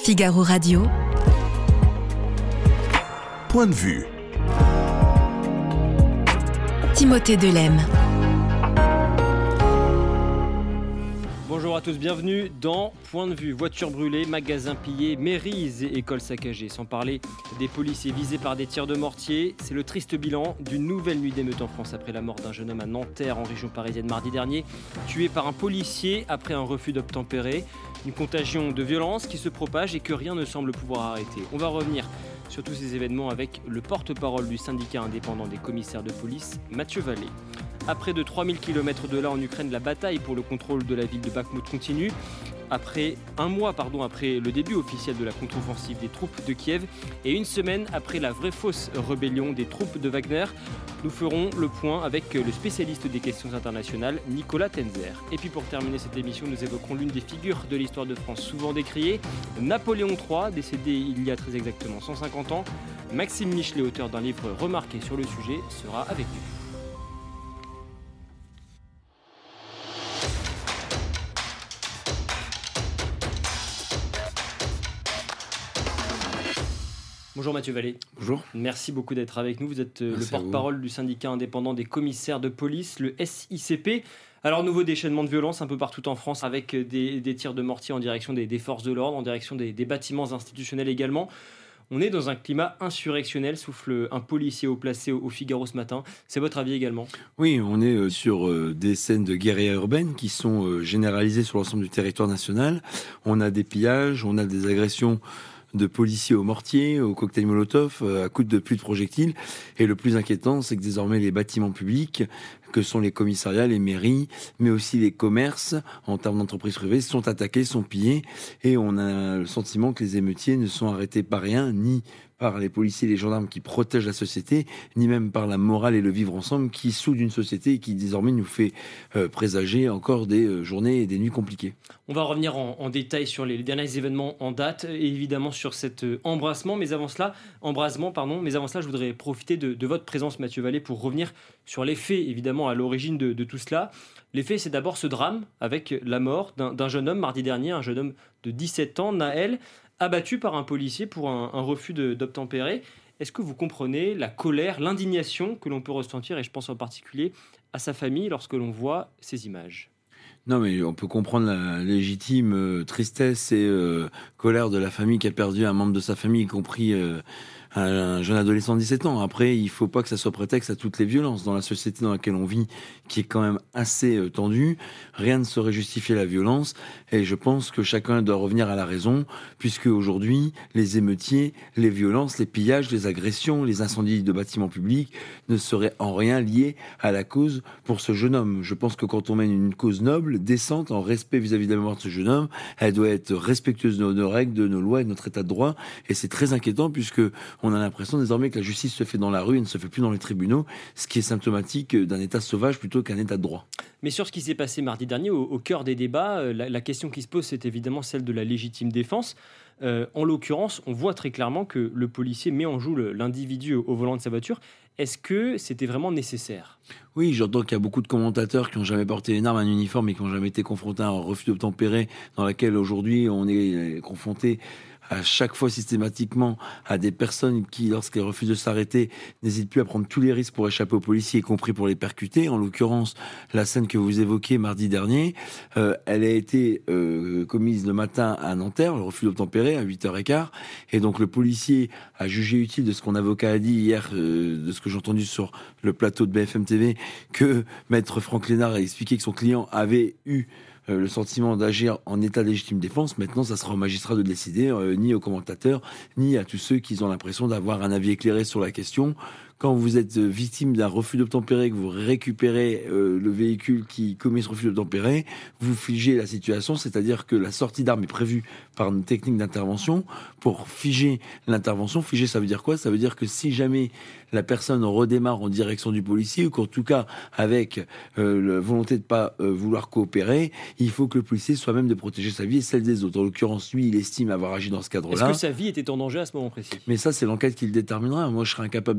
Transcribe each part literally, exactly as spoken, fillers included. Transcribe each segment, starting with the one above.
Figaro Radio. Point de vue. Timothée Delem. Bonjour à tous, bienvenue dans Point de vue. Voitures brûlées, magasins pillés, mairies et écoles saccagées. Sans parler des policiers visés par des tirs de mortier, c'est le triste bilan d'une nouvelle nuit d'émeute en France après la mort d'un jeune homme à Nanterre en région parisienne mardi dernier, tué par un policier après un refus d'obtempérer. Une contagion de violence qui se propage et que rien ne semble pouvoir arrêter. On va revenir sur tous ces événements avec le porte-parole du syndicat indépendant des commissaires de police, Mathieu Vallée. À près de trois mille kilomètres de là en Ukraine, la bataille pour le contrôle de la ville de Bakhmout continue. Après un mois pardon, après le début officiel de la contre-offensive des troupes de Kiev et une semaine après la vraie fausse rébellion des troupes de Wagner, nous ferons le point avec le spécialiste des questions internationales, Nicolas Tenzer. Et puis pour terminer cette émission, nous évoquerons l'une des figures de l'histoire de France souvent décriée, Napoléon trois, décédé il y a très exactement cent cinquante ans. Maxime Michelet, auteur d'un livre remarqué sur le sujet, sera avec nous. Bonjour Mathieu Vallée. Bonjour. Merci beaucoup d'être avec nous. Vous êtes Merci le porte-parole du syndicat indépendant des commissaires de police, le S I C P. Alors, nouveau déchaînement de violence un peu partout en France avec des, des tirs de mortier en direction des, des forces de l'ordre, en direction des, des bâtiments institutionnels également. On est dans un climat insurrectionnel, souffle un policier haut placé au, au Figaro ce matin. C'est votre avis également ? Oui, on est sur des scènes de guérilla urbaine qui sont généralisées sur l'ensemble du territoire national. On a des pillages, on a des agressions de policiers au mortier, au cocktail Molotov, à coups de pluie de projectiles. Et le plus inquiétant, c'est que désormais les bâtiments publics, que sont les commissariats, les mairies, mais aussi les commerces, en termes d'entreprises privées, sont attaqués, sont pillés. Et on a le sentiment que les émeutiers ne sont arrêtés par rien, ni par les policiers et les gendarmes qui protègent la société, ni même par la morale et le vivre ensemble qui soude une société et qui désormais nous fait euh, présager encore des euh, journées et des nuits compliquées. On va revenir en, en détail sur les, les derniers événements en date et évidemment sur cet euh, embrassement, mais avant cela, embrasement, pardon, mais avant cela, je voudrais profiter de, de votre présence, Mathieu Vallée, pour revenir sur les faits, évidemment, à l'origine de, de tout cela. Les faits, c'est d'abord ce drame avec la mort d'un, d'un jeune homme mardi dernier, un jeune homme de dix-sept ans, Naël, abattu par un policier pour un, un refus de, d'obtempérer. Est-ce que vous comprenez la colère, l'indignation que l'on peut ressentir, et je pense en particulier à sa famille lorsque l'on voit ces images ? Non, mais on peut comprendre la légitime euh, tristesse et euh, colère de la famille qui a perdu un membre de sa famille, y compris euh, un jeune adolescent de dix-sept ans. Après, il ne faut pas que ça soit prétexte à toutes les violences dans la société dans laquelle on vit, qui est quand même assez euh, tendue. Rien ne saurait justifier la violence. Et je pense que chacun doit revenir à la raison, puisque aujourd'hui, les émeutiers, les violences, les pillages, les agressions, les incendies de bâtiments publics ne seraient en rien liés à la cause pour ce jeune homme. Je pense que quand on mène une cause noble, décente, en respect vis-à-vis de la mémoire de ce jeune homme, elle doit être respectueuse de nos, nos règles, de nos lois et de notre état de droit. Et c'est très inquiétant, puisque on a l'impression désormais que la justice se fait dans la rue et ne se fait plus dans les tribunaux, ce qui est symptomatique d'un état sauvage plutôt qu'un état de droit. Mais sur ce qui s'est passé mardi dernier, au, au cœur des débats, la, la question qui se pose, c'est évidemment celle de la légitime défense. Euh, en l'occurrence, on voit très clairement que le policier met en joue le, l'individu au, au volant de sa voiture. Est-ce que c'était vraiment nécessaire ? Oui, j'entends qu'il y a beaucoup de commentateurs qui n'ont jamais porté une arme, un uniforme et qui n'ont jamais été confrontés à un refus d'obtempérer dans laquelle aujourd'hui on est confronté à chaque fois systématiquement à des personnes qui, lorsqu'elles refusent de s'arrêter, n'hésitent plus à prendre tous les risques pour échapper aux policiers, y compris pour les percuter. En l'occurrence, la scène que vous évoquez mardi dernier, euh, elle a été euh, commise le matin à Nanterre, le refus d'obtempérer à huit heures quinze. Et donc le policier a jugé utile de ce qu'on avocat a dit hier, euh, de ce que j'ai entendu sur le plateau de B F M T V, que Maître Franck Lénard a expliqué que son client avait eu Euh, le sentiment d'agir en état de légitime défense. Maintenant, ça sera aux magistrats de décider, euh, ni aux commentateurs, ni à tous ceux qui ont l'impression d'avoir un avis éclairé sur la question. Quand vous êtes victime d'un refus d'obtempérer, que vous récupérez euh, le véhicule qui commet ce refus d'obtempérer, vous figez la situation, c'est-à-dire que la sortie d'armes est prévue par une technique d'intervention. Pour figer l'intervention, figer ça veut dire quoi ? Ça veut dire que si jamais la personne redémarre en direction du policier, ou qu'en tout cas avec euh, la volonté de pas euh, vouloir coopérer, il faut que le policier soit même de protéger sa vie et celle des autres. En l'occurrence, lui, il estime avoir agi dans ce cadre-là. Est-ce que sa vie était en danger à ce moment précis ? Mais ça, c'est l'enquête qui le déterminera. Moi, je serais incapable de vous dire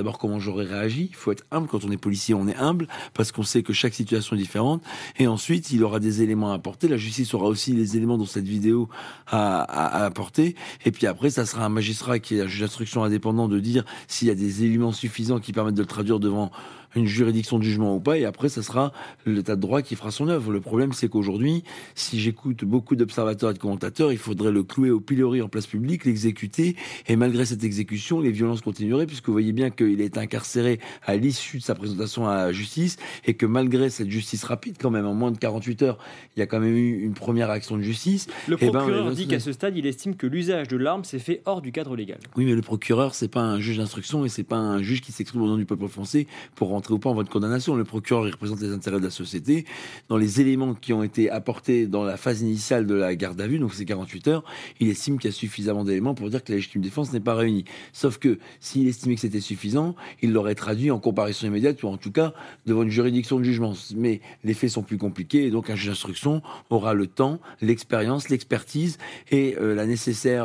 d'abord comment j'aurais réagi. Il faut être humble. Quand on est policier, on est humble parce qu'on sait que chaque situation est différente. Et ensuite, il aura des éléments à apporter. La justice aura aussi les éléments dans cette vidéo à, à, à apporter. Et puis après, ça sera un magistrat qui est un juge d'instruction indépendant de dire s'il y a des éléments suffisants qui permettent de le traduire devant une juridiction de jugement ou pas, et après, ça sera l'état de droit qui fera son œuvre. Le problème, c'est qu'aujourd'hui, si j'écoute beaucoup d'observateurs et de commentateurs, il faudrait le clouer au pilori en place publique, l'exécuter, et malgré cette exécution, les violences continueraient, puisque vous voyez bien qu'il est incarcéré à l'issue de sa présentation à la justice, et que malgré cette justice rapide, quand même, en moins de quarante-huit heures, il y a quand même eu une première action de justice. Le procureur eh ben, dit qu'à ce stade, il estime que l'usage de l'arme s'est fait hors du cadre légal. Oui, mais le procureur, c'est pas un juge d'instruction, et c'est pas un juge qui s'exprime au nom du peuple français pour rentrer ou pas en voie de condamnation. Le procureur, il représente les intérêts de la société. Dans les éléments qui ont été apportés dans la phase initiale de la garde à vue, donc c'est quarante-huit heures, il estime qu'il y a suffisamment d'éléments pour dire que la légitime défense n'est pas réunie. Sauf que s'il estimait que c'était suffisant, il l'aurait traduit en comparution immédiate ou en tout cas devant une juridiction de jugement. Mais les faits sont plus compliqués et donc un juge d'instruction aura le temps, l'expérience, l'expertise et euh, la nécessaire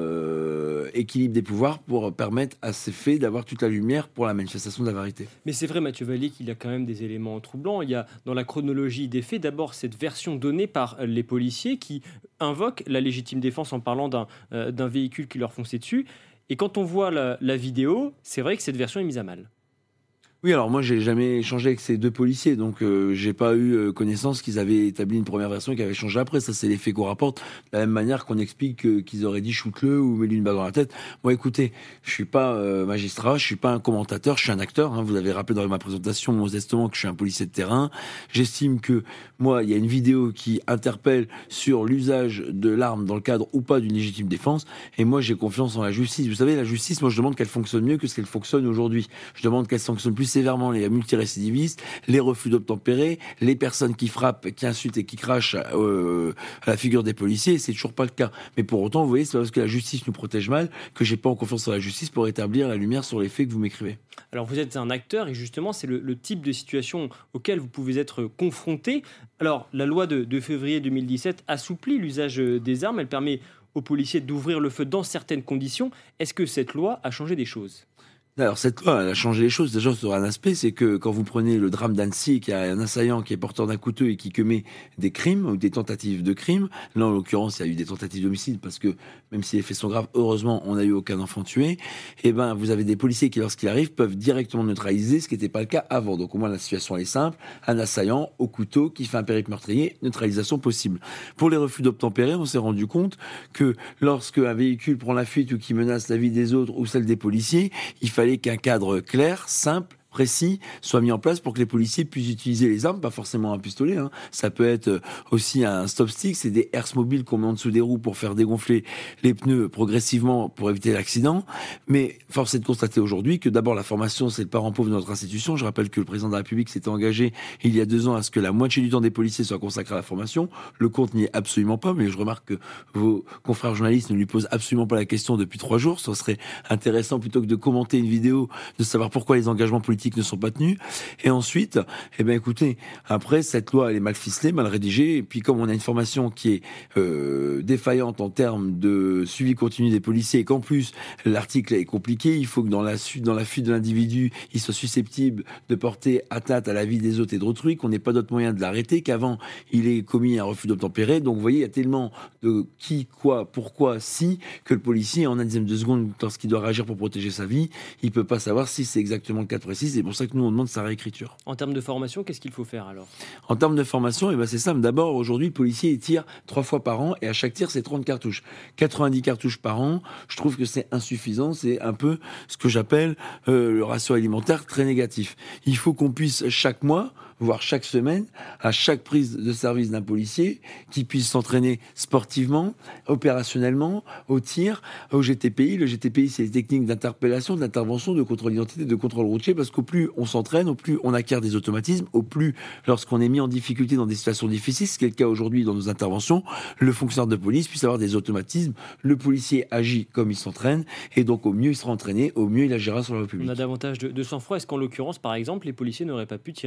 euh, équilibre des pouvoirs pour permettre à ces faits d'avoir toute la lumière pour la manifestation de la vérité. Mais c'est vrai, Mathieu Vallée, qu'il y a quand même des éléments troublants. Il y a dans la chronologie des faits d'abord cette version donnée par les policiers qui invoquent la légitime défense en parlant d'un, euh, d'un véhicule qui leur fonçait dessus. Et quand on voit la, la vidéo, c'est vrai que cette version est mise à mal. Oui, alors moi j'ai jamais échangé avec ces deux policiers, donc euh, j'ai pas eu euh, connaissance qu'ils avaient établi une première version et qu'ils avaient changé après. Ça, c'est les faits qu'on rapporte, de la même manière qu'on explique euh, qu'ils auraient dit shoot-le ou mets-lui une balle dans la tête. Moi, écoutez, je suis pas euh, magistrat, je suis pas un commentateur, je suis un acteur. Hein. Vous avez rappelé dans ma présentation modestement que je suis un policier de terrain. J'estime que moi, il y a une vidéo qui interpelle sur l'usage de l'arme dans le cadre ou pas d'une légitime défense, et moi j'ai confiance en la justice. Vous savez, la justice, moi je demande qu'elle fonctionne mieux que ce qu'elle fonctionne aujourd'hui. Je demande qu'elle fonctionne plus sévèrement les multirécidivistes, les refus d'obtempérer, les personnes qui frappent, qui insultent et qui crachent euh, à la figure des policiers. C'est toujours pas le cas. Mais pour autant, vous voyez, c'est parce que la justice nous protège mal que j'ai pas en confiance en la justice pour établir la lumière sur les faits que vous m'écrivez. Alors vous êtes un acteur et justement c'est le, le type de situation auquel vous pouvez être confronté. Alors la loi de, de février deux mille dix-sept assouplit l'usage des armes. Elle permet aux policiers d'ouvrir le feu dans certaines conditions. Est-ce que cette loi a changé des choses ? Alors cette loi, elle a changé les choses. Déjà, sur un aspect, c'est que quand vous prenez le drame d'Annecy, qui a un assaillant qui est porteur d'un couteau et qui commet des crimes ou des tentatives de crimes, là en l'occurrence, il y a eu des tentatives d'homicide parce que même si les faits sont graves, heureusement, on n'a eu aucun enfant tué. Et ben, vous avez des policiers qui, lorsqu'ils arrivent, peuvent directement neutraliser, ce qui n'était pas le cas avant. Donc au moins la situation elle est simple. Un assaillant au couteau qui fait un périple meurtrier, neutralisation possible. Pour les refus d'obtempérer, on s'est rendu compte que lorsque un véhicule prend la fuite ou qui menace la vie des autres ou celle des policiers, il fallait qu'un cadre clair, simple, précis soit mis en place pour que les policiers puissent utiliser les armes, pas forcément un pistolet, hein. Ça peut être aussi un stop stick, c'est des herses mobiles qu'on met en dessous des roues pour faire dégonfler les pneus progressivement pour éviter l'accident. Mais force est de constater aujourd'hui que d'abord la formation c'est le parent pauvre de notre institution. Je rappelle que le président de la République s'était engagé il y a deux ans à ce que la moitié du temps des policiers soit consacré à la formation. Le compte n'y est absolument pas, mais je remarque que vos confrères journalistes ne lui posent absolument pas la question depuis trois jours. Ce serait intéressant plutôt que de commenter une vidéo de savoir pourquoi les engagements politiques ne sont pas tenus. Et ensuite, eh ben écoutez, après cette loi elle est mal ficelée, mal rédigée, et puis comme on a une formation qui est euh, défaillante en termes de suivi continu des policiers, et qu'en plus l'article est compliqué, il faut que dans la suite, dans la fuite de l'individu, il soit susceptible de porter atteinte à la vie des autres et d'autrui, qu'on n'ait pas d'autre moyen de l'arrêter, qu'avant il ait commis un refus d'obtempérer. Donc vous voyez, il y a tellement de qui, quoi, pourquoi, si, que le policier en un dixième de seconde, lorsqu'il doit réagir pour protéger sa vie, il peut pas savoir si c'est exactement le cas précis. C'est pour ça que nous, on demande sa réécriture. En termes de formation, qu'est-ce qu'il faut faire alors ? En termes de formation, eh ben c'est simple. D'abord, aujourd'hui, le policier il tire trois fois par an et à chaque tir, c'est trente cartouches. quatre-vingt-dix cartouches par an, je trouve que c'est insuffisant. C'est un peu ce que j'appelle euh, le ratio alimentaire très négatif. Il faut qu'on puisse chaque mois, voire chaque semaine, à chaque prise de service d'un policier, qui puisse s'entraîner sportivement, opérationnellement, au tir, au G T P I. Le G T P I, c'est les techniques d'interpellation, d'intervention, de contrôle d'identité, de contrôle routier, parce qu'au plus on s'entraîne, au plus on acquiert des automatismes, au plus, lorsqu'on est mis en difficulté dans des situations difficiles, ce qui est le cas aujourd'hui dans nos interventions, le fonctionnaire de police puisse avoir des automatismes. Le policier agit comme il s'entraîne, et donc au mieux il sera entraîné, au mieux il agira sur la voie publique. On a davantage de, de sang-froid. Est-ce qu'en l'occurrence, par exemple, les policiers n'auraient pas pu tirer sur les roues ?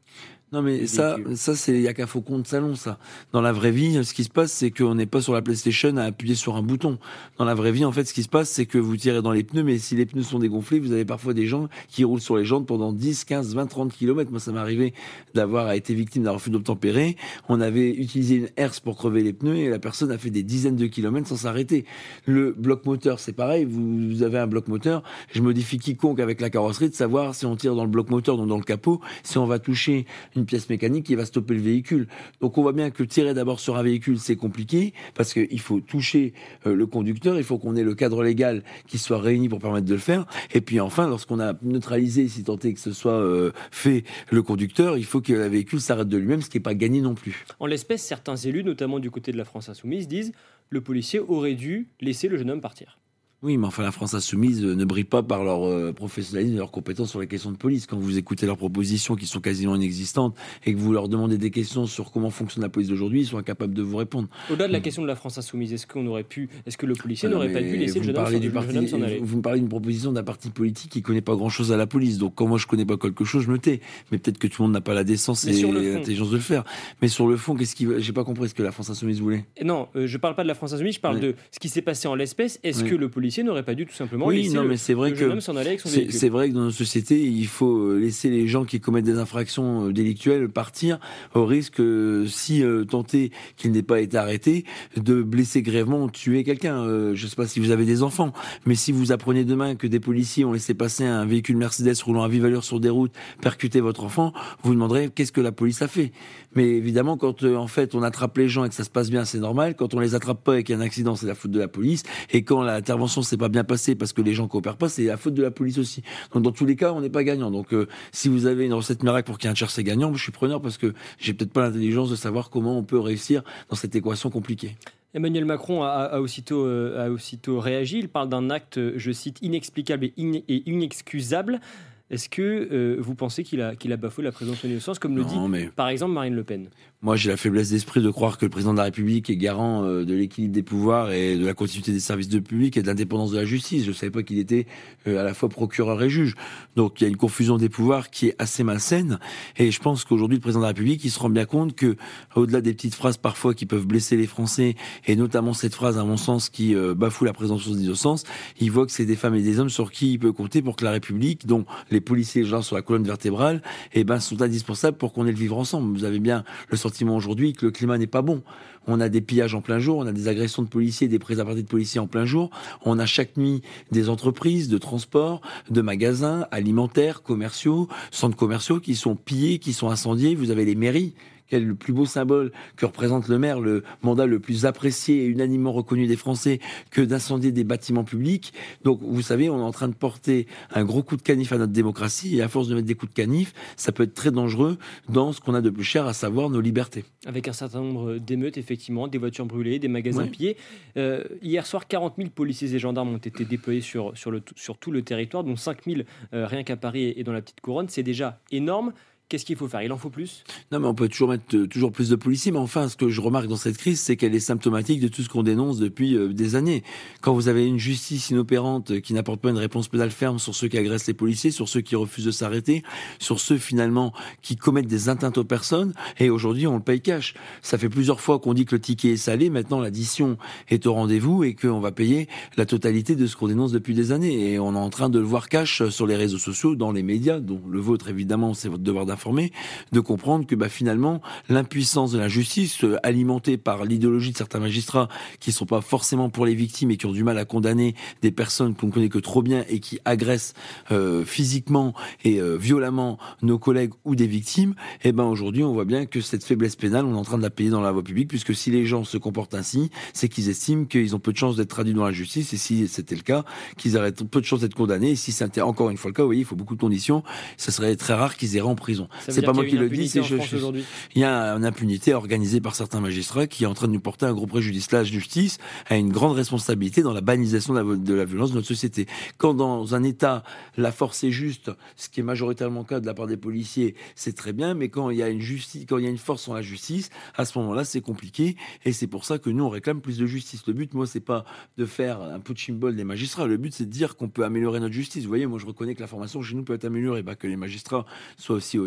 Non mais ça, ça c'est y a qu'à faux compte salon ça. Dans la vraie vie, ce qui se passe, c'est qu'on n'est pas sur la PlayStation à appuyer sur un bouton. Dans la vraie vie, en fait, ce qui se passe, c'est que vous tirez dans les pneus, mais si les pneus sont dégonflés, vous avez parfois des gens qui roulent sur les jantes pendant dix, quinze, vingt, trente kilomètres. Moi, ça m'est arrivé d'avoir été victime d'un refus d'obtempérer. On avait utilisé une herse pour crever les pneus et la personne a fait des dizaines de kilomètres sans s'arrêter. Le bloc moteur, c'est pareil. Vous, vous avez un bloc moteur. Je modifie quiconque avec la carrosserie de savoir si on tire dans le bloc moteur, donc dans le capot, si on va toucher une pièce mécanique qui va stopper le véhicule. Donc on voit bien que tirer d'abord sur un véhicule, c'est compliqué, parce qu'il faut toucher euh, le conducteur, il faut qu'on ait le cadre légal qui soit réuni pour permettre de le faire. Et puis enfin, lorsqu'on a neutralisé, si tant est que ce soit euh, fait, le conducteur, il faut que le véhicule s'arrête de lui-même, ce qui n'est pas gagné non plus. En l'espèce, certains élus, notamment du côté de la France Insoumise, disent le policier aurait dû laisser le jeune homme partir. Oui, mais enfin, la France Insoumise ne brille pas par leur euh, professionnalisme et leur compétence sur les questions de police. Quand vous écoutez leurs propositions qui sont quasiment inexistantes et que vous leur demandez des questions sur comment fonctionne la police d'aujourd'hui, ils sont incapables de vous répondre. Au-delà de la Donc, question de la France Insoumise, est-ce qu'on aurait pu, est-ce que le policier euh, n'aurait pas dû laisser le jeune homme, du le parti, jeune homme s'en aller? Vous me parlez d'une proposition d'un parti politique qui ne connaît pas grand-chose à la police. Donc, quand moi je connais pas quelque chose, je me tais. Mais peut-être que tout le monde n'a pas la décence Mais et l'intelligence de le faire. Mais sur le fond, qu'est-ce qui, j'ai pas compris ce que la France Insoumise voulait. Non, euh, je parle pas de la France Insoumise, je parle Oui. de ce qui s'est passé en l'espèce. Est-ce Oui. que le policier n'aurait pas dû tout simplement Oui, laisser non, le, mais c'est vrai le que jeune homme s'en aller avec son c'est, véhicule? c'est vrai que dans nos sociétés, il faut laisser les gens qui commettent des infractions délictuelles partir, au risque, euh, si euh, tenté qu'il n'ait pas été arrêté, de blesser grièvement ou de tuer quelqu'un. Euh, je ne sais pas si vous avez des enfants, mais si vous apprenez demain que des policiers ont laissé passer un véhicule Mercedes roulant à vive allure sur des routes, percuter votre enfant, vous vous demanderez qu'est-ce que la police a fait. Mais évidemment, quand euh, en fait on attrape les gens et que ça se passe bien, c'est normal. Quand on les attrape pas et qu'il y a un accident, c'est la faute de la police. Et quand l'intervention s'est pas bien passée parce que les gens coopèrent pas, c'est la faute de la police aussi. Donc dans tous les cas, on n'est pas gagnant. Donc euh, si vous avez une recette miracle pour qu'il y ait un tiercé gagnant, je suis preneur parce que j'ai peut-être pas l'intelligence de savoir comment on peut réussir dans cette équation compliquée. Emmanuel Macron a, a, aussitôt, euh, a aussitôt réagi. Il parle d'un acte, je cite, inexplicable et, in, et inexcusable. Est-ce que euh, vous pensez qu'il a, qu'il a bafoué la présomption d'innocence, comme le Non, dit mais... par exemple Marine Le Pen? Moi, j'ai la faiblesse d'esprit de croire que le président de la République est garant euh, de l'équilibre des pouvoirs et de la continuité des services de public et de l'indépendance de la justice. Je ne savais pas qu'il était euh, à la fois procureur et juge. Donc, il y a une confusion des pouvoirs qui est assez malsaine. Et je pense qu'aujourd'hui, le président de la République, il se rend bien compte que, au-delà des petites phrases parfois qui peuvent blesser les Français, et notamment cette phrase, à mon sens, qui euh, bafoue la présomption d'innocence, il voit que c'est des femmes et des hommes sur qui il peut compter pour que la République, dont les policiers et les gens sur la colonne vertébrale, eh ben, sont indispensables pour qu'on ait le vivre ensemble. Vous avez bien le sentiment aujourd'hui que le climat n'est pas bon. On a des pillages en plein jour, on a des agressions de policiers, des prises à partie de policiers en plein jour. On a chaque nuit des entreprises de transport, de magasins alimentaires, commerciaux, centres commerciaux qui sont pillés, qui sont incendiés. Vous avez les mairies. Quel est le plus beau symbole que représente le maire, le mandat le plus apprécié et unanimement reconnu des Français, que d'incendier des bâtiments publics. Donc, vous savez, on est en train de porter un gros coup de canif à notre démocratie, et à force de mettre des coups de canif, ça peut être très dangereux dans ce qu'on a de plus cher, à savoir nos libertés. Avec un certain nombre d'émeutes, effectivement, des voitures brûlées, des magasins Ouais. pillés. Euh, hier soir, quarante mille policiers et gendarmes ont été déployés sur, sur, le, sur tout le territoire, dont cinq mille euh, rien qu'à Paris et dans la petite couronne. C'est déjà énorme. Qu'est-ce qu'il faut faire? Il en faut plus? Non, mais on peut toujours mettre euh, toujours plus de policiers. Mais enfin, ce que je remarque dans cette crise, c'est qu'elle est symptomatique de tout ce qu'on dénonce depuis euh, des années. Quand vous avez une justice inopérante euh, qui n'apporte pas une réponse pénale ferme sur ceux qui agressent les policiers, sur ceux qui refusent de s'arrêter, sur ceux finalement qui commettent des atteintes aux personnes, et aujourd'hui on le paye cash. Ça fait plusieurs fois qu'on dit que le ticket est salé. Maintenant, l'addition est au rendez-vous et qu'on va payer la totalité de ce qu'on dénonce depuis des années. Et on est en train de le voir cash sur les réseaux sociaux, dans les médias, dont le vôtre évidemment, c'est votre devoir d'informer, de comprendre que bah, finalement l'impuissance de la justice, euh, alimentée par l'idéologie de certains magistrats qui sont pas forcément pour les victimes et qui ont du mal à condamner des personnes qu'on ne connaît que trop bien et qui agressent euh, physiquement et euh, violemment nos collègues ou des victimes, et ben aujourd'hui on voit bien que cette faiblesse pénale, on est en train de la payer dans la voie publique, puisque si les gens se comportent ainsi, c'est qu'ils estiment qu'ils ont peu de chances d'être traduits dans la justice, et si c'était le cas, qu'ils auraient peu de chances d'être condamnés, et si c'était encore une fois le cas, vous voyez, il faut beaucoup de conditions, ça serait très rare qu'ils iraient en prison. Ça veut C'est dire pas qu'il y moi a qui une le dis, c'est impunité en je, France je- aujourd'hui. il y a une impunité organisée par certains magistrats qui est en train de nous porter un gros préjudice. La justice a une grande responsabilité dans la banalisation de la, de la violence de notre société. Quand dans un État, la force est juste, ce qui est majoritairement le cas de la part des policiers, c'est très bien, mais quand il y a une justice, quand il y a une force sans la justice, à ce moment-là, c'est compliqué, et c'est pour ça que nous, on réclame plus de justice. Le but, moi, c'est pas de faire un punching ball des magistrats. Le but, c'est de dire qu'on peut améliorer notre justice. Vous voyez, moi, je reconnais que la formation chez nous peut être améliorée, bah, que les magistrats soient aussi honnêtes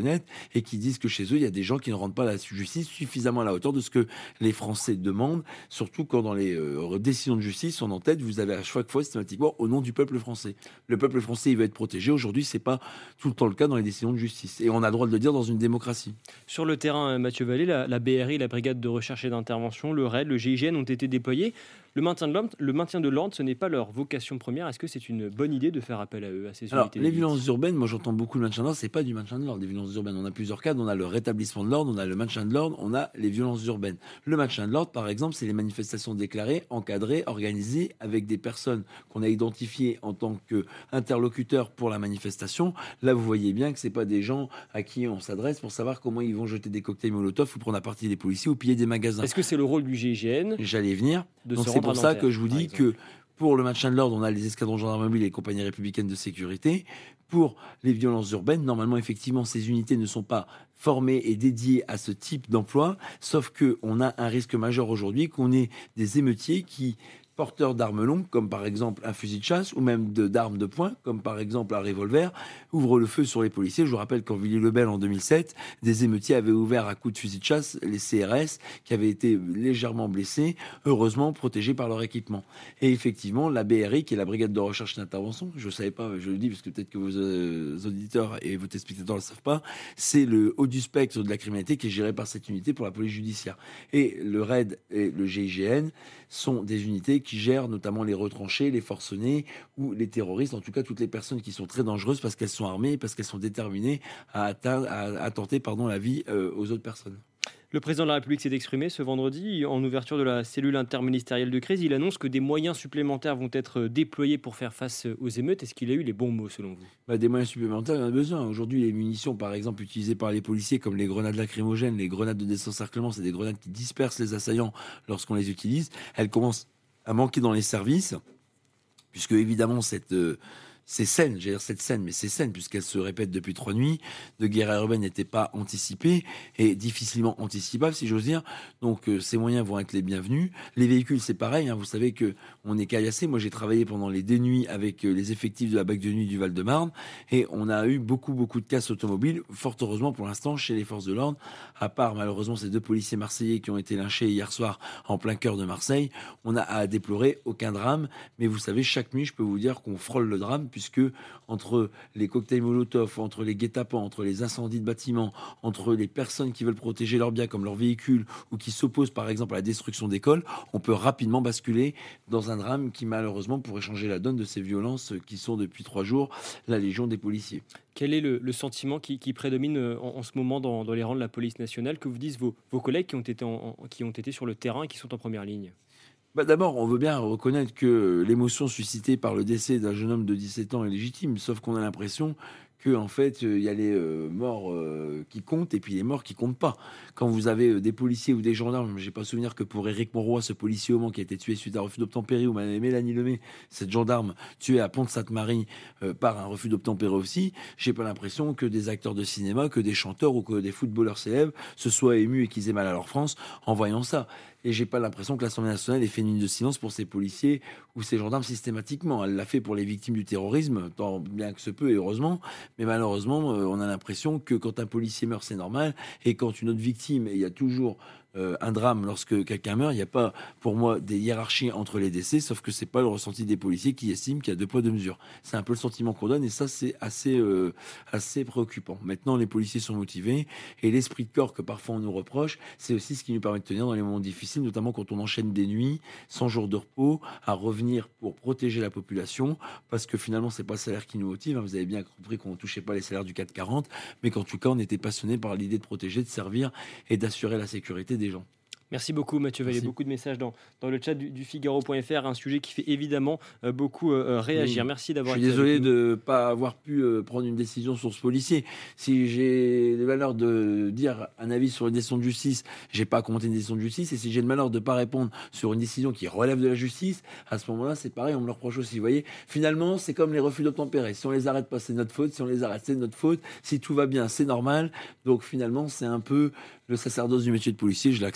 honnêtes et qui disent que chez eux, il y a des gens qui ne rendent pas la justice suffisamment à la hauteur de ce que les Français demandent, surtout quand dans les euh, décisions de justice, on en tête, vous avez à chaque fois systématiquement au nom du peuple français. Le peuple français, il va être protégé. Aujourd'hui, c'est pas tout le temps le cas dans les décisions de justice. Et on a le droit de le dire dans une démocratie. Sur le terrain, Mathieu Vallée, la, la B R I, la Brigade de recherche et d'intervention, le R A I D, le G I G N ont été déployés. Le maintien de l'ordre, le maintien de l'ordre, ce n'est pas leur vocation première. Est-ce que c'est une bonne idée de faire appel à eux, à ces Alors, unités les d'élite ? violences urbaines, moi j'entends beaucoup le maintien de l'ordre, c'est pas du maintien de l'ordre, les violences urbaines. On a plusieurs cadres, on a le rétablissement de l'ordre, on a le maintien de l'ordre, on a les violences urbaines. Le maintien de l'ordre, par exemple, c'est les manifestations déclarées, encadrées, organisées, avec des personnes qu'on a identifiées en tant qu'interlocuteurs pour la manifestation. Là, vous voyez bien que c'est pas des gens à qui on s'adresse pour savoir comment ils vont jeter des cocktails Molotov ou prendre à partie des policiers ou piller des magasins. Est-ce que c'est le rôle du G I G N ? J'allais y venir. De Donc se c'est rendre pour à ça Nanterre, que je vous par dis exemple. que pour le maintien de l'ordre, on a les escadrons de gendarmerie et les compagnies républicaines de sécurité. Pour les violences urbaines, normalement, effectivement, ces unités ne sont pas formées et dédiées à ce type d'emploi, sauf qu'on a un risque majeur aujourd'hui qu'on ait des émeutiers qui, porteurs d'armes longues, comme par exemple un fusil de chasse, ou même de, d'armes de poing, comme par exemple un revolver, ouvrent le feu sur les policiers. Je vous rappelle qu'en Villiers-le-Bel, en deux mille sept, des émeutiers avaient ouvert à coups de fusil de chasse les C R S, qui avaient été légèrement blessés, heureusement protégés par leur équipement. Et effectivement, la B R I, qui est la Brigade de recherche et d'intervention, je ne savais pas, je le dis parce que peut-être que vos euh, auditeurs et vos téléspectateurs ne le savent pas, c'est le haut du spectre de la criminalité qui est géré par cette unité pour la police judiciaire. Et le R A I D et le G I G N sont des unités qui gèrent notamment les retranchés, les forcenés ou les terroristes, en tout cas toutes les personnes qui sont très dangereuses parce qu'elles sont armées, parce qu'elles sont déterminées à, atteindre, à, à tenter pardon, la vie euh, aux autres personnes. Le président de la République s'est exprimé ce vendredi en ouverture de la cellule interministérielle de crise. Il annonce que des moyens supplémentaires vont être déployés pour faire face aux émeutes. Est-ce qu'il a eu les bons mots selon vous ? Bah, des moyens supplémentaires, il y en a besoin. Aujourd'hui, les munitions, par exemple, utilisées par les policiers, comme les grenades lacrymogènes, les grenades de désencerclement, c'est des grenades qui dispersent les assaillants lorsqu'on les utilise. Elles commencent à manquer dans les services, puisque évidemment cette... Euh, Ces scènes, j'ai dire cette scène, mais ces scènes, puisqu'elles se répètent depuis trois nuits, de guerre urbaine n'étaient pas anticipées et difficilement anticipables, si j'ose dire. Donc, euh, ces moyens vont être les bienvenus. Les véhicules, c'est pareil. Hein, vous savez que on est caillassé. Moi, j'ai travaillé pendant les dénuits avec euh, les effectifs de la B A C de nuit du Val-de-Marne et on a eu beaucoup, beaucoup de casses automobiles. Fort heureusement, pour l'instant, chez les forces de l'ordre, à part malheureusement ces deux policiers marseillais qui ont été lynchés hier soir en plein cœur de Marseille, on a à déplorer aucun drame. Mais vous savez, chaque nuit, je peux vous dire qu'on frôle le drame, puisque entre les cocktails Molotov, entre les guet-apens, entre les incendies de bâtiments, entre les personnes qui veulent protéger leurs biens comme leurs véhicules ou qui s'opposent par exemple à la destruction d'écoles, on peut rapidement basculer dans un drame qui malheureusement pourrait changer la donne de ces violences qui sont depuis trois jours la légion des policiers. Quel est le, le sentiment qui, qui prédomine en, en ce moment dans, dans les rangs de la police nationale ? Que vous disent vos, vos collègues qui ont, été en, en, qui ont été sur le terrain et qui sont en première ligne ? Bah d'abord, on veut bien reconnaître que l'émotion suscitée par le décès d'un jeune homme de dix-sept ans est légitime, sauf qu'on a l'impression que en fait il y a les euh, morts euh, qui comptent et puis les morts qui comptent pas. Quand vous avez euh, des policiers ou des gendarmes, j'ai pas souvenir que pour Éric Monroy, ce policier au Mans qui a été tué suite à un refus d'obtempérer, ou Mélanie Lemay, cette gendarme tuée à Pont-de-Sainte-Marie euh, par un refus d'obtempérer aussi, j'ai pas l'impression que des acteurs de cinéma, que des chanteurs ou que des footballeurs célèbres se soient émus et qu'ils aient mal à leur France en voyant ça. Et j'ai pas l'impression que l'Assemblée nationale ait fait une minute de silence pour ces policiers ou ces gendarmes systématiquement. Elle l'a fait pour les victimes du terrorisme, tant bien que se peut et heureusement. Mais malheureusement, euh, on a l'impression que quand un policier meurt, c'est normal. Et quand une autre victime, et il y a toujours euh, un drame lorsque quelqu'un meurt, il n'y a pas, pour moi, des hiérarchies entre les décès, sauf que c'est pas le ressenti des policiers qui estiment qu'il y a deux poids, deux mesures. C'est un peu le sentiment qu'on donne et ça, c'est assez, euh, assez préoccupant. Maintenant, les policiers sont motivés et l'esprit de corps que parfois on nous reproche, c'est aussi ce qui nous permet de tenir dans les moments difficiles, notamment quand on enchaîne des nuits, sans jour de repos, à revenir pour protéger la population, parce que finalement, c'est pas le salaire qui nous motive. Hein. Vous avez bien compris qu'on ne touchait pas les salaires du quatre quarante, mais qu'en tout cas, on était passionné par l'idée de protéger, de servir et d'assurer la sécurité des gens. Merci beaucoup Mathieu Vallée, beaucoup de messages dans, dans le chat du, du Figaro point F R, un sujet qui fait évidemment euh, beaucoup euh, réagir. Oui. Merci d'avoir été Je suis désolé de ne pas avoir pu euh, prendre une décision sur ce policier. Si j'ai le malheur de dire un avis sur une décision de justice, j'ai pas à commenter une décision de justice, et si j'ai le malheur de ne pas répondre sur une décision qui relève de la justice, à ce moment-là, c'est pareil, on me le reproche aussi. Vous voyez, finalement, c'est comme les refus d'obtempérer. Si on les arrête pas, c'est notre faute. Si on les arrête, c'est notre faute. Si tout va bien, c'est normal. Donc finalement, c'est un peu le sacerdoce du métier de policier, je l'accepte.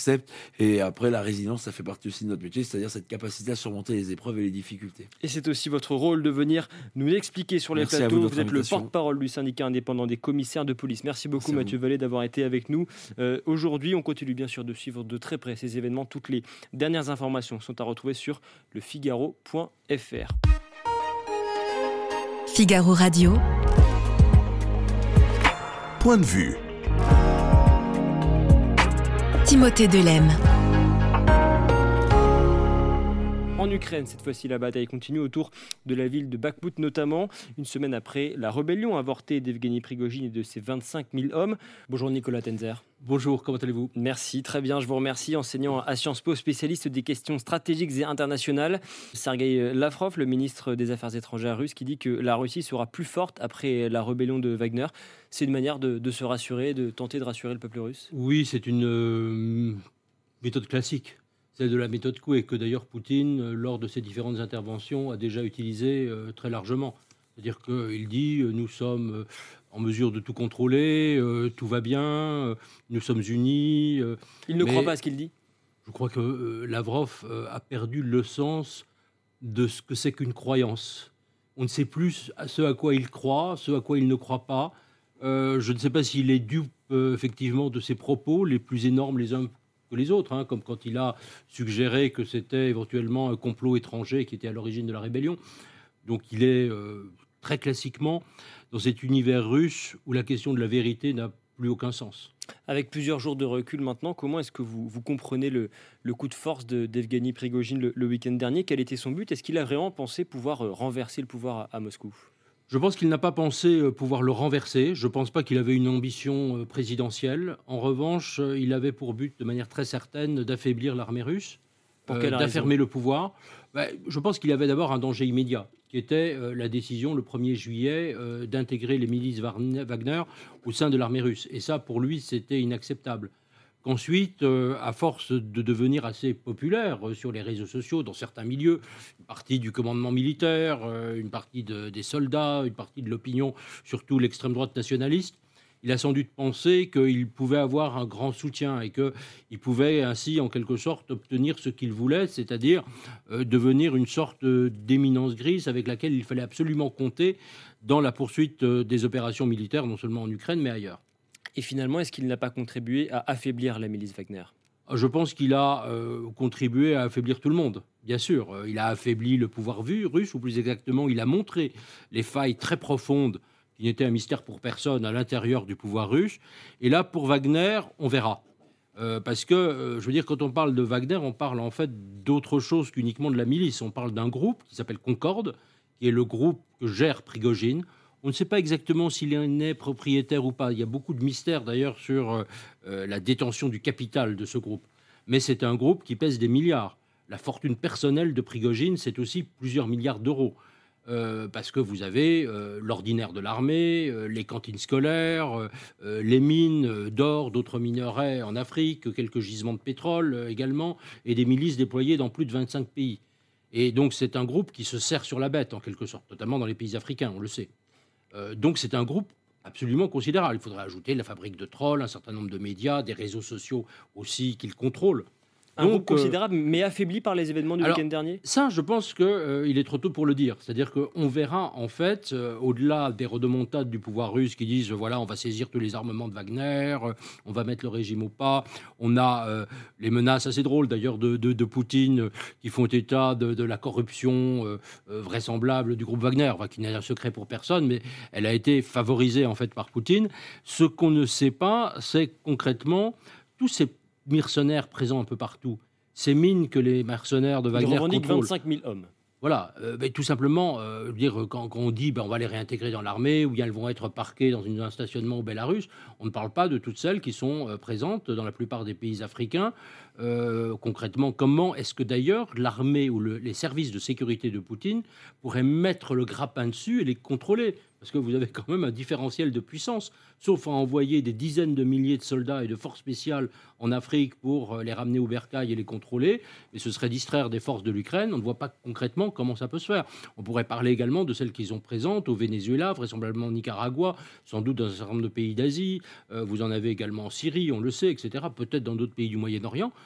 Et après, la résilience, ça fait partie aussi de notre métier, c'est-à-dire cette capacité à surmonter les épreuves et les difficultés. Et c'est aussi votre rôle de venir nous expliquer sur les Merci plateaux. vous, vous êtes le invitation. porte-parole du syndicat indépendant des commissaires de police. Merci beaucoup Merci Mathieu Vallée d'avoir été avec nous. Euh, aujourd'hui, on continue bien sûr de suivre de très près ces événements. Toutes les dernières informations sont à retrouver sur le figaro point f r. Figaro Radio. Point de vue. Timothée Delem. En Ukraine, cette fois-ci, la bataille continue autour de la ville de Bakhmout notamment, une semaine après la rébellion avortée d'Evgeny Prigojine et de ses vingt-cinq mille hommes. Bonjour Nicolas Tenzer. Bonjour, comment allez-vous ? Merci, très bien, je vous remercie. Enseignant à Sciences Po, spécialiste des questions stratégiques et internationales. Sergueï Lavrov, le ministre des Affaires étrangères russe, qui dit que la Russie sera plus forte après la rébellion de Wagner. C'est une manière de, de se rassurer, de tenter de rassurer le peuple russe ? Oui, c'est une euh, méthode classique, celle de la méthode Coué, que d'ailleurs Poutine, euh, lors de ses différentes interventions, a déjà utilisée euh, très largement. C'est-à-dire qu'il dit euh, nous sommes euh, en mesure de tout contrôler, euh, tout va bien, euh, nous sommes unis. Euh, Il ne mais croit pas à ce qu'il dit ? Je crois que euh, Lavrov euh, a perdu le sens de ce que c'est qu'une croyance. On ne sait plus ce à quoi il croit, ce à quoi il ne croit pas. Euh, je ne sais pas s'il est dupe euh, effectivement de ses propos, les plus énormes les uns que les autres, hein, comme quand il a suggéré que c'était éventuellement un complot étranger qui était à l'origine de la rébellion. Donc il est euh, très classiquement dans cet univers russe où la question de la vérité n'a plus aucun sens. Avec plusieurs jours de recul maintenant, comment est-ce que vous, vous comprenez le, le coup de force de, d'Evgeny Prigojine le, le week-end dernier ? Quel était son but ? Est-ce qu'il a vraiment pensé pouvoir euh, renverser le pouvoir à, à Moscou ? Je pense qu'il n'a pas pensé euh, pouvoir le renverser. Je ne pense pas qu'il avait une ambition euh, présidentielle. En revanche, euh, il avait pour but, de manière très certaine, d'affaiblir l'armée russe, Pour euh, quelle raison ? d'affermer le pouvoir. Ben, je pense qu'il avait d'abord un danger immédiat, qui était euh, la décision le premier juillet euh, d'intégrer les milices Wagner au sein de l'armée russe. Et ça, pour lui, c'était inacceptable. Qu'ensuite, euh, à force de devenir assez populaire euh, sur les réseaux sociaux, dans certains milieux, une partie du commandement militaire, euh, une partie de, des soldats, une partie de l'opinion, surtout l'extrême droite nationaliste, il a sans doute pensé qu'il pouvait avoir un grand soutien et qu'il pouvait ainsi, en quelque sorte, obtenir ce qu'il voulait, c'est-à-dire euh, devenir une sorte d'éminence grise avec laquelle il fallait absolument compter dans la poursuite euh, des opérations militaires, non seulement en Ukraine, mais ailleurs. Et finalement, est-ce qu'il n'a pas contribué à affaiblir la milice Wagner ? Je pense qu'il a euh, contribué à affaiblir tout le monde, bien sûr. Euh, il a affaibli le pouvoir vu, russe, ou plus exactement, il a montré les failles très profondes qui n'étaient un mystère pour personne à l'intérieur du pouvoir russe. Et là, pour Wagner, on verra. Euh, parce que, euh, je veux dire, quand on parle de Wagner, on parle en fait d'autre chose qu'uniquement de la milice. On parle d'un groupe qui s'appelle Concorde, qui est le groupe que gère Prigojine. On ne sait pas exactement s'il en est propriétaire ou pas. Il y a beaucoup de mystères d'ailleurs sur euh, la détention du capital de ce groupe. Mais c'est un groupe qui pèse des milliards. La fortune personnelle de Prigojine, c'est aussi plusieurs milliards d'euros. Euh, parce que vous avez euh, l'ordinaire de l'armée, euh, les cantines scolaires, euh, les mines euh, d'or, d'autres minerais en Afrique, quelques gisements de pétrole euh, également, et des milices déployées dans plus de vingt-cinq pays. Et donc c'est un groupe qui se sert sur la bête en quelque sorte, notamment dans les pays africains, on le sait. Euh, donc c'est un groupe absolument considérable. Il faudrait ajouter la fabrique de trolls, un certain nombre de médias, des réseaux sociaux aussi qu'il contrôle. Un Donc, groupe considérable, euh, mais affaibli par les événements du alors, week-end dernier ? Ça, je pense qu'il euh, est trop tôt pour le dire. C'est-à-dire qu'on verra, en fait, euh, au-delà des rodomontades du pouvoir russe qui disent, euh, voilà, on va saisir tous les armements de Wagner, euh, on va mettre le régime au pas. On a euh, les menaces assez drôles, d'ailleurs, de, de, de Poutine, euh, qui font état de, de la corruption euh, euh, vraisemblable du groupe Wagner, enfin, qui n'est un secret pour personne, mais elle a été favorisée, en fait, par Poutine. Ce qu'on ne sait pas, c'est concrètement tous ces mercenaires présents un peu partout, ces mines que les mercenaires de Wagner contrôlent. Ils revendiquent vingt-cinq mille hommes. Voilà, euh, mais tout simplement, euh, dire, quand, quand on dit ben, on va les réintégrer dans l'armée ou bien elles vont être parquées dans une, un stationnement au Bélarus, on ne parle pas de toutes celles qui sont euh, présentes dans la plupart des pays africains. Euh, concrètement, comment est-ce que d'ailleurs l'armée ou le, les services de sécurité de Poutine pourraient mettre le grappin dessus et les contrôler ? Parce que vous avez quand même un différentiel de puissance, sauf à envoyer des dizaines de milliers de soldats et de forces spéciales en Afrique pour les ramener au bercail et les contrôler. Mais ce serait distraire des forces de l'Ukraine. On ne voit pas concrètement comment ça peut se faire. On pourrait parler également de celles qui sont présentes au Venezuela, vraisemblablement au Nicaragua, sans doute dans un certain nombre de pays d'Asie. Euh, vous en avez également en Syrie, on le sait, et cetera. Peut-être dans d'autres pays du Moyen-Orient.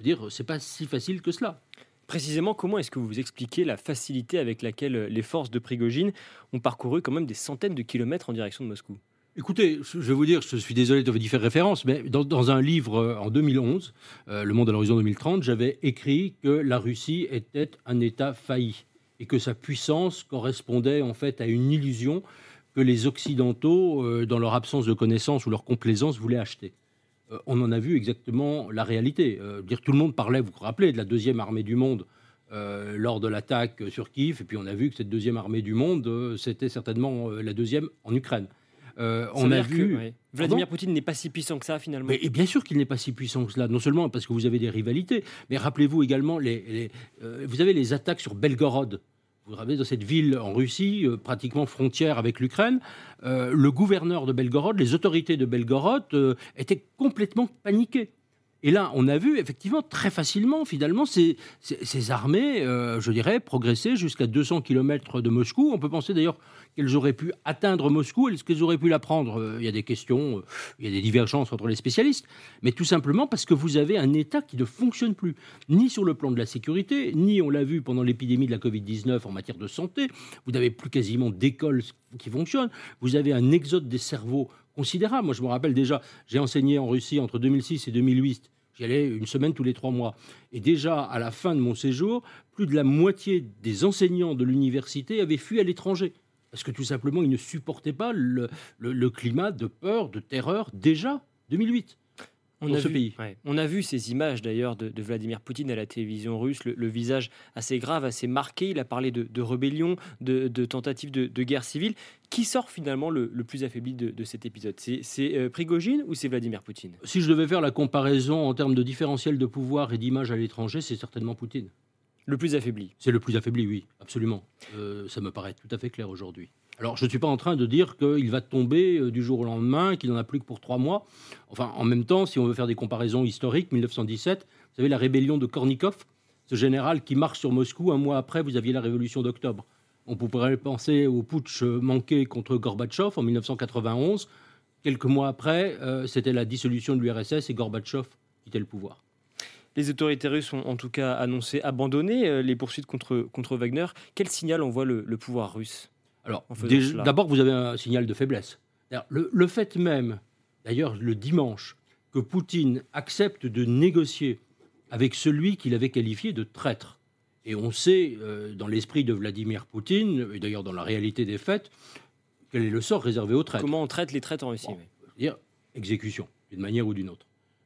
Je veux dire, c'est pas si facile que cela. Précisément, comment est-ce que vous expliquez la facilité avec laquelle les forces de Prigojine ont parcouru quand même des centaines de kilomètres en direction de Moscou ? Écoutez, je vais vous dire, je suis désolé de vous y faire référence, mais dans, dans un livre euh, en deux mille onze, euh, Le Monde à l'horizon deux mille trente, j'avais écrit que la Russie était un État failli et que sa puissance correspondait en fait à une illusion que les Occidentaux, euh, dans leur absence de connaissance ou leur complaisance, voulaient acheter. Euh, on en a vu exactement la réalité. Euh, dire tout le monde parlait, vous vous rappelez, de la deuxième armée du monde euh, lors de l'attaque sur Kiev, et puis on a vu que cette deuxième armée du monde, euh, c'était certainement euh, la deuxième en Ukraine. Euh, on a vu. Que, ouais. Vladimir Poutine n'est pas si puissant que ça, finalement. Mais, et bien sûr qu'il n'est pas si puissant que cela, non seulement parce que vous avez des rivalités, mais rappelez-vous également, les, les, euh, vous avez les attaques sur Belgorod. Vous vous rappelez, dans cette ville en Russie, euh, pratiquement frontière avec l'Ukraine, euh, le gouverneur de Belgorod, les autorités de Belgorod euh, étaient complètement paniquées. Et là, on a vu effectivement très facilement, finalement, ces, ces, ces armées, euh, je dirais, progresser jusqu'à deux cents kilomètres de Moscou. On peut penser d'ailleurs qu'elles auraient pu atteindre Moscou. Est-ce qu'elles auraient pu la prendre ? euh, Il y a des questions, euh, il y a des divergences entre les spécialistes. Mais tout simplement parce que vous avez un État qui ne fonctionne plus, ni sur le plan de la sécurité, ni, on l'a vu pendant l'épidémie de la covid dix-neuf en matière de santé. Vous n'avez plus quasiment d'écoles qui fonctionnent. Vous avez un exode des cerveaux considérable. Moi, je me rappelle déjà, j'ai enseigné en Russie entre deux mille six et deux mille huit. J'y allais une semaine tous les trois mois. Et déjà, à la fin de mon séjour, plus de la moitié des enseignants de l'université avaient fui à l'étranger. Parce que tout simplement, ils ne supportaient pas le, le, le climat de peur, de terreur, déjà, deux mille huit. On a, vu, pays. Ouais. On a vu ces images d'ailleurs de, de Vladimir Poutine à la télévision russe, le, le visage assez grave, assez marqué. Il a parlé de, de rébellion, de, de tentative de, de guerre civile. Qui sort finalement le, le plus affaibli de, de cet épisode ? C'est, c'est euh, Prigojine ou c'est Vladimir Poutine ? Si je devais faire la comparaison en termes de différentiel de pouvoir et d'image à l'étranger, c'est certainement Poutine. Le plus affaibli ? C'est le plus affaibli, oui, absolument. Euh, ça me paraît tout à fait clair aujourd'hui. Alors, je ne suis pas en train de dire qu'il va tomber euh, du jour au lendemain, qu'il n'en a plus que pour trois mois. Enfin, en même temps, si on veut faire des comparaisons historiques, mille neuf cent dix-sept, vous savez, la rébellion de Kornikov, ce général qui marche sur Moscou, un mois après, vous aviez la révolution d'octobre. On pourrait penser au putsch manqué contre Gorbatchev en mille neuf cent quatre-vingt-onze. Quelques mois après, euh, c'était la dissolution de l'U R S S et Gorbatchev quittait le pouvoir. Les autorités russes ont en tout cas annoncé abandonner euh, les poursuites contre, contre Wagner. Quel signal envoie le, le pouvoir russe ? Alors, déjà, d'abord, vous avez un signal de faiblesse. Le, le fait même, d'ailleurs, le dimanche, que Poutine accepte de négocier avec celui qu'il avait qualifié de traître. Et on sait, euh, dans l'esprit de Vladimir Poutine, et d'ailleurs dans la réalité des faits, quel est le sort réservé aux traîtres. Comment on traite les traîtres en Russie ? Bon, dire exécution, d'une manière ou d'une autre.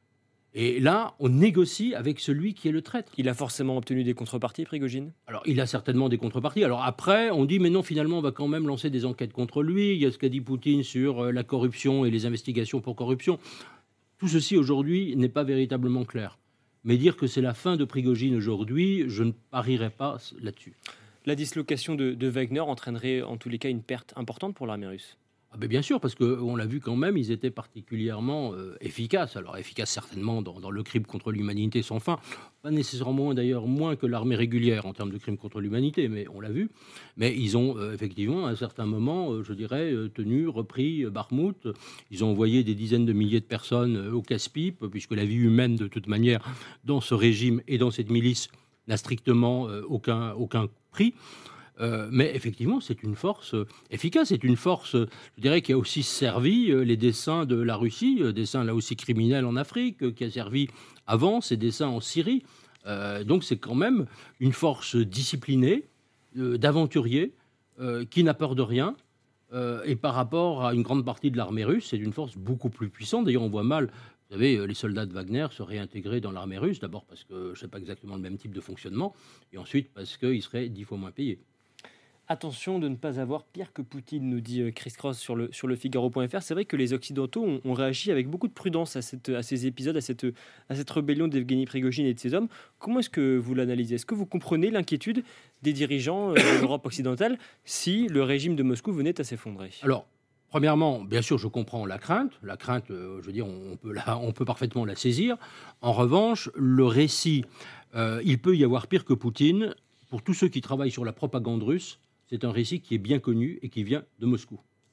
Et là, on négocie avec celui qui est le traître. Il a forcément obtenu des contreparties, Prigojine ? Alors, il a certainement des contreparties. Alors après, on dit, mais non, finalement, on va quand même lancer des enquêtes contre lui. Il y a ce qu'a dit Poutine sur euh, la corruption et les investigations pour corruption. Tout ceci, aujourd'hui, n'est pas véritablement clair. Mais dire que c'est la fin de Prigojine aujourd'hui, je ne parierais pas là-dessus. La dislocation de, de Wagner entraînerait en tous les cas une perte importante pour l'armée russe ? Ah ben bien sûr, parce qu'on l'a vu quand même, ils étaient particulièrement euh, efficaces. Alors efficaces certainement dans, dans le crime contre l'humanité sans fin, pas nécessairement d'ailleurs moins que l'armée régulière en termes de crimes contre l'humanité, mais on l'a vu. Mais ils ont euh, effectivement à un certain moment, euh, je dirais, euh, tenu, repris euh, Bakhmout. Ils ont envoyé des dizaines de milliers de personnes euh, au casse-pipe, puisque la vie humaine de toute manière dans ce régime et dans cette milice n'a strictement euh, aucun, aucun prix. Euh, mais effectivement, c'est une force euh, efficace, c'est une force, euh, je dirais, qui a aussi servi euh, les desseins de la Russie, euh, desseins là aussi criminels en Afrique, euh, qui a servi avant ses desseins en Syrie. Euh, donc c'est quand même une force disciplinée, euh, d'aventuriers, euh, qui n'a peur de rien. Euh, et par rapport à une grande partie de l'armée russe, c'est une force beaucoup plus puissante. D'ailleurs, on voit mal, vous savez, les soldats de Wagner se réintégrer dans l'armée russe, d'abord parce que ce n'est pas exactement le même type de fonctionnement, et ensuite parce qu'ils seraient dix fois moins payés. Attention de ne pas avoir pire que Poutine, nous dit Chris Cross sur le, sur le Figaro point F R. C'est vrai que les Occidentaux ont, ont réagi avec beaucoup de prudence à, cette, à ces épisodes, à cette, à cette rébellion d'Evgeny Prigojine et de ses hommes. Comment est-ce que vous l'analysez ? Est-ce que vous comprenez l'inquiétude des dirigeants de l'Europe occidentale si le régime de Moscou venait à s'effondrer ? Alors, premièrement, bien sûr, je comprends la crainte. La crainte, euh, je veux dire, on peut, la, on peut parfaitement la saisir. En revanche, le récit, euh, il peut y avoir pire que Poutine. Pour tous ceux qui travaillent sur la propagande russe, c'est un récit qui est bien connu et qui vient de Moscou.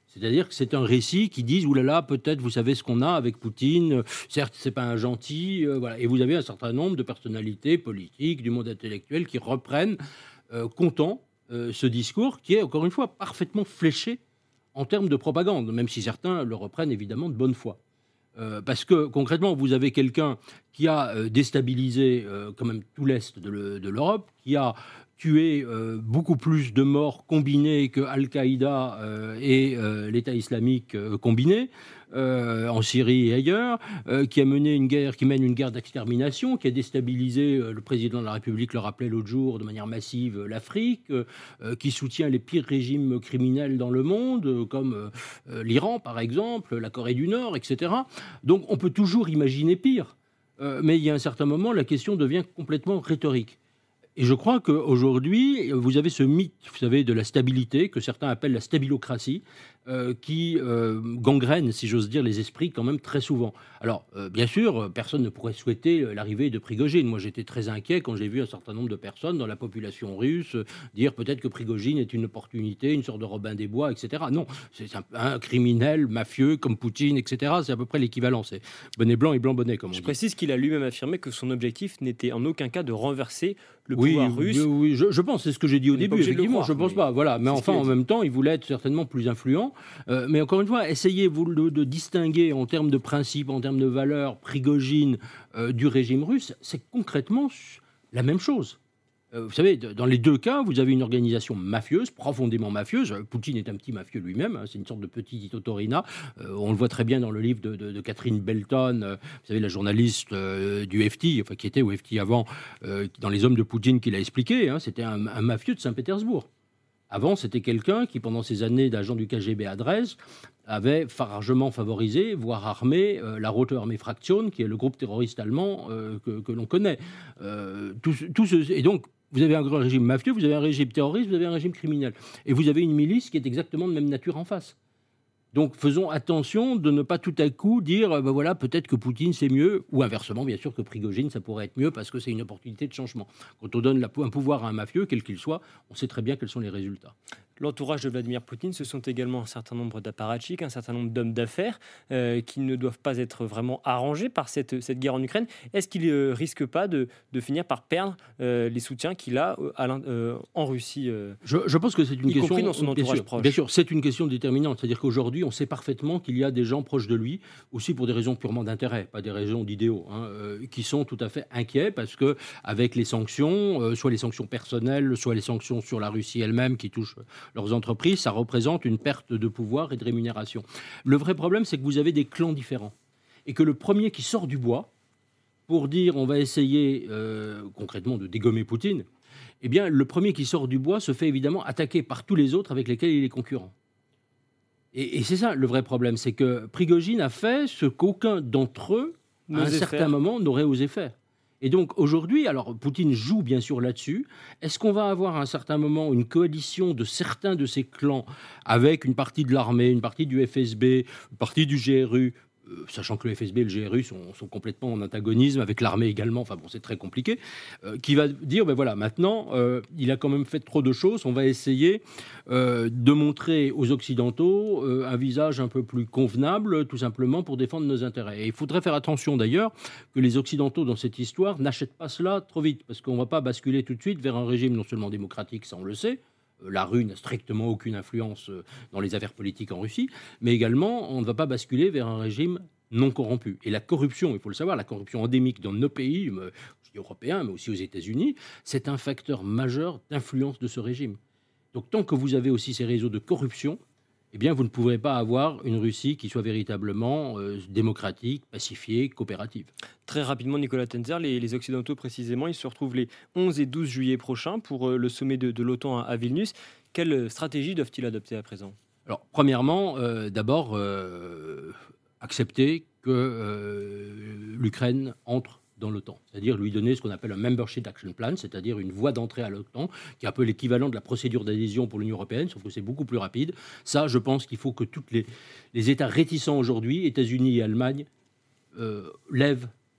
C'est-à-dire que c'est un récit qui dit « Ouh là là, peut-être vous savez ce qu'on a avec Poutine, certes, c'est pas un gentil. Euh, » voilà. Et vous avez un certain nombre de personnalités politiques, du monde intellectuel qui reprennent, euh, content, euh, ce discours qui est, encore une fois, parfaitement fléché en termes de propagande, même si certains le reprennent évidemment de bonne foi. Euh, parce que concrètement, vous avez quelqu'un qui a euh, déstabilisé euh, quand même tout l'Est de, le, de l'Europe, qui a tué euh, beaucoup plus de morts combinés que Al-Qaïda euh, et euh, l'État islamique euh, combinés, euh, en Syrie et ailleurs, euh, qui a mené une guerre, qui mène une guerre d'extermination, qui a déstabilisé, euh, le président de la République le rappelait l'autre jour, de manière massive, euh, l'Afrique, euh, qui soutient les pires régimes criminels dans le monde, euh, comme euh, l'Iran par exemple, la Corée du Nord, et cetera. Donc on peut toujours imaginer pire, euh, mais il y a un certain moment, la question devient complètement rhétorique. Et je crois qu'aujourd'hui, vous avez ce mythe, vous savez, de la stabilité, que certains appellent la stabilocratie, euh, qui euh, gangrène, si j'ose dire, les esprits quand même très souvent. Alors, euh, bien sûr, personne ne pourrait souhaiter l'arrivée de Prigojine. Moi, j'étais très inquiet quand j'ai vu un certain nombre de personnes dans la population russe dire peut-être que Prigojine est une opportunité, une sorte de Robin des Bois, et cetera. Non, c'est un, un criminel mafieux comme Poutine, et cetera. C'est à peu près l'équivalent. C'est bonnet blanc et blanc bonnet, comme on Je dit. précise qu'il a lui-même affirmé que son objectif n'était en aucun cas de renverser le oui, pouvoir russe. Oui, oui, je, je pense, c'est ce que j'ai dit au début, effectivement, je ne pense mais pas. Voilà. Mais enfin, en même temps, il voulait être certainement plus influent. Euh, mais encore une fois, essayez vous de, de distinguer en termes de principes, en termes de valeurs, Prigojine euh, du régime russe, c'est concrètement la même chose. Euh, vous savez, dans les deux cas, vous avez une organisation mafieuse, profondément mafieuse. Poutine est un petit mafieux lui-même, hein, c'est une sorte de petit Tito Torina. Euh, on le voit très bien dans le livre de, de, de Catherine Belton, euh, vous savez, la journaliste euh, du F T, enfin qui était au F T avant, euh, dans Les Hommes de Poutine, qui l'a expliqué. Hein, c'était un, un mafieux de Saint-Pétersbourg. Avant, c'était quelqu'un qui, pendant ses années d'agent du K G B à Dresde, avait faragement favorisé, voire armé, euh, la Rote Armee Fraktion, qui est le groupe terroriste allemand euh, que, que l'on connaît. Euh, tout, tout ce, et donc, vous avez un régime mafieux, vous avez un régime terroriste, vous avez un régime criminel. Et vous avez une milice qui est exactement de même nature en face. Donc faisons attention de ne pas tout à coup dire ben voilà, peut-être que Poutine c'est mieux, ou inversement bien sûr que Prigojine ça pourrait être mieux parce que c'est une opportunité de changement. Quand on donne la, un pouvoir à un mafieux, quel qu'il soit, on sait très bien quels sont les résultats. L'entourage de Vladimir Poutine, ce sont également un certain nombre d'apparatchiks, un certain nombre d'hommes d'affaires euh, qui ne doivent pas être vraiment arrangés par cette, cette guerre en Ukraine. Est-ce qu'il ne euh, risque pas de, de finir par perdre euh, les soutiens qu'il a euh, à euh, en Russie euh, je, je pense que c'est une y question... compris dans son entourage bien sûr, proche. Bien sûr, c'est une question déterminante. C'est-à-dire qu'aujourd'hui, on sait parfaitement qu'il y a des gens proches de lui, aussi pour des raisons purement d'intérêt, pas des raisons d'idéaux, hein, euh, qui sont tout à fait inquiets parce qu'avec les sanctions, euh, soit les sanctions personnelles, soit les sanctions sur la Russie elle-même qui touchent leurs entreprises, ça représente une perte de pouvoir et de rémunération. Le vrai problème, c'est que vous avez des clans différents et que le premier qui sort du bois pour dire on va essayer euh, concrètement de dégommer Poutine, eh bien, le premier qui sort du bois se fait évidemment attaquer par tous les autres avec lesquels il est concurrent. Et, et c'est ça le vrai problème, c'est que Prigojine a fait ce qu'aucun d'entre eux, à un certain faire. moment, n'aurait osé faire. Et donc aujourd'hui, alors Poutine joue bien sûr là-dessus. Est-ce qu'on va avoir à un certain moment une coalition de certains de ces clans avec une partie de l'armée, une partie du F S B, une partie du G R U, euh, sachant que le F S B et le G R U sont, sont complètement en antagonisme avec l'armée également, enfin bon, c'est très compliqué, euh, qui va dire, ben voilà, maintenant, euh, il a quand même fait trop de choses, on va essayer euh, de montrer aux Occidentaux euh, un visage un peu plus convenable, tout simplement pour défendre nos intérêts. Et il faudrait faire attention d'ailleurs que les Occidentaux, dans cette histoire, n'achètent pas cela trop vite, parce qu'on ne va pas basculer tout de suite vers un régime non seulement démocratique, ça on le sait, la rue n'a strictement aucune influence dans les affaires politiques en Russie, mais également, on ne va pas basculer vers un régime non corrompu. Et la corruption, il faut le savoir, la corruption endémique dans nos pays, je dis européens, mais aussi aux États-Unis, c'est un facteur majeur d'influence de ce régime. Donc tant que vous avez aussi ces réseaux de corruption, eh bien, vous ne pourrez pas avoir une Russie qui soit véritablement euh, démocratique, pacifiée, coopérative. Très rapidement, Nicolas Tenzer, les, les Occidentaux précisément, ils se retrouvent les onze et douze juillet prochains pour euh, le sommet de, de l'OTAN à, à Vilnius. Quelle stratégie doivent-ils adopter à présent ? Alors, premièrement, euh, d'abord, euh, accepter que euh, l'Ukraine entre dans l'OTAN, c'est-à-dire lui donner ce qu'on appelle un Membership Action Plan, c'est-à-dire une voie d'entrée à l'OTAN, qui est un peu l'équivalent de la procédure d'adhésion pour l'Union européenne, sauf que c'est beaucoup plus rapide. Ça, je pense qu'il faut que tous les, les États réticents aujourd'hui, États-Unis et Allemagne, euh, lèvent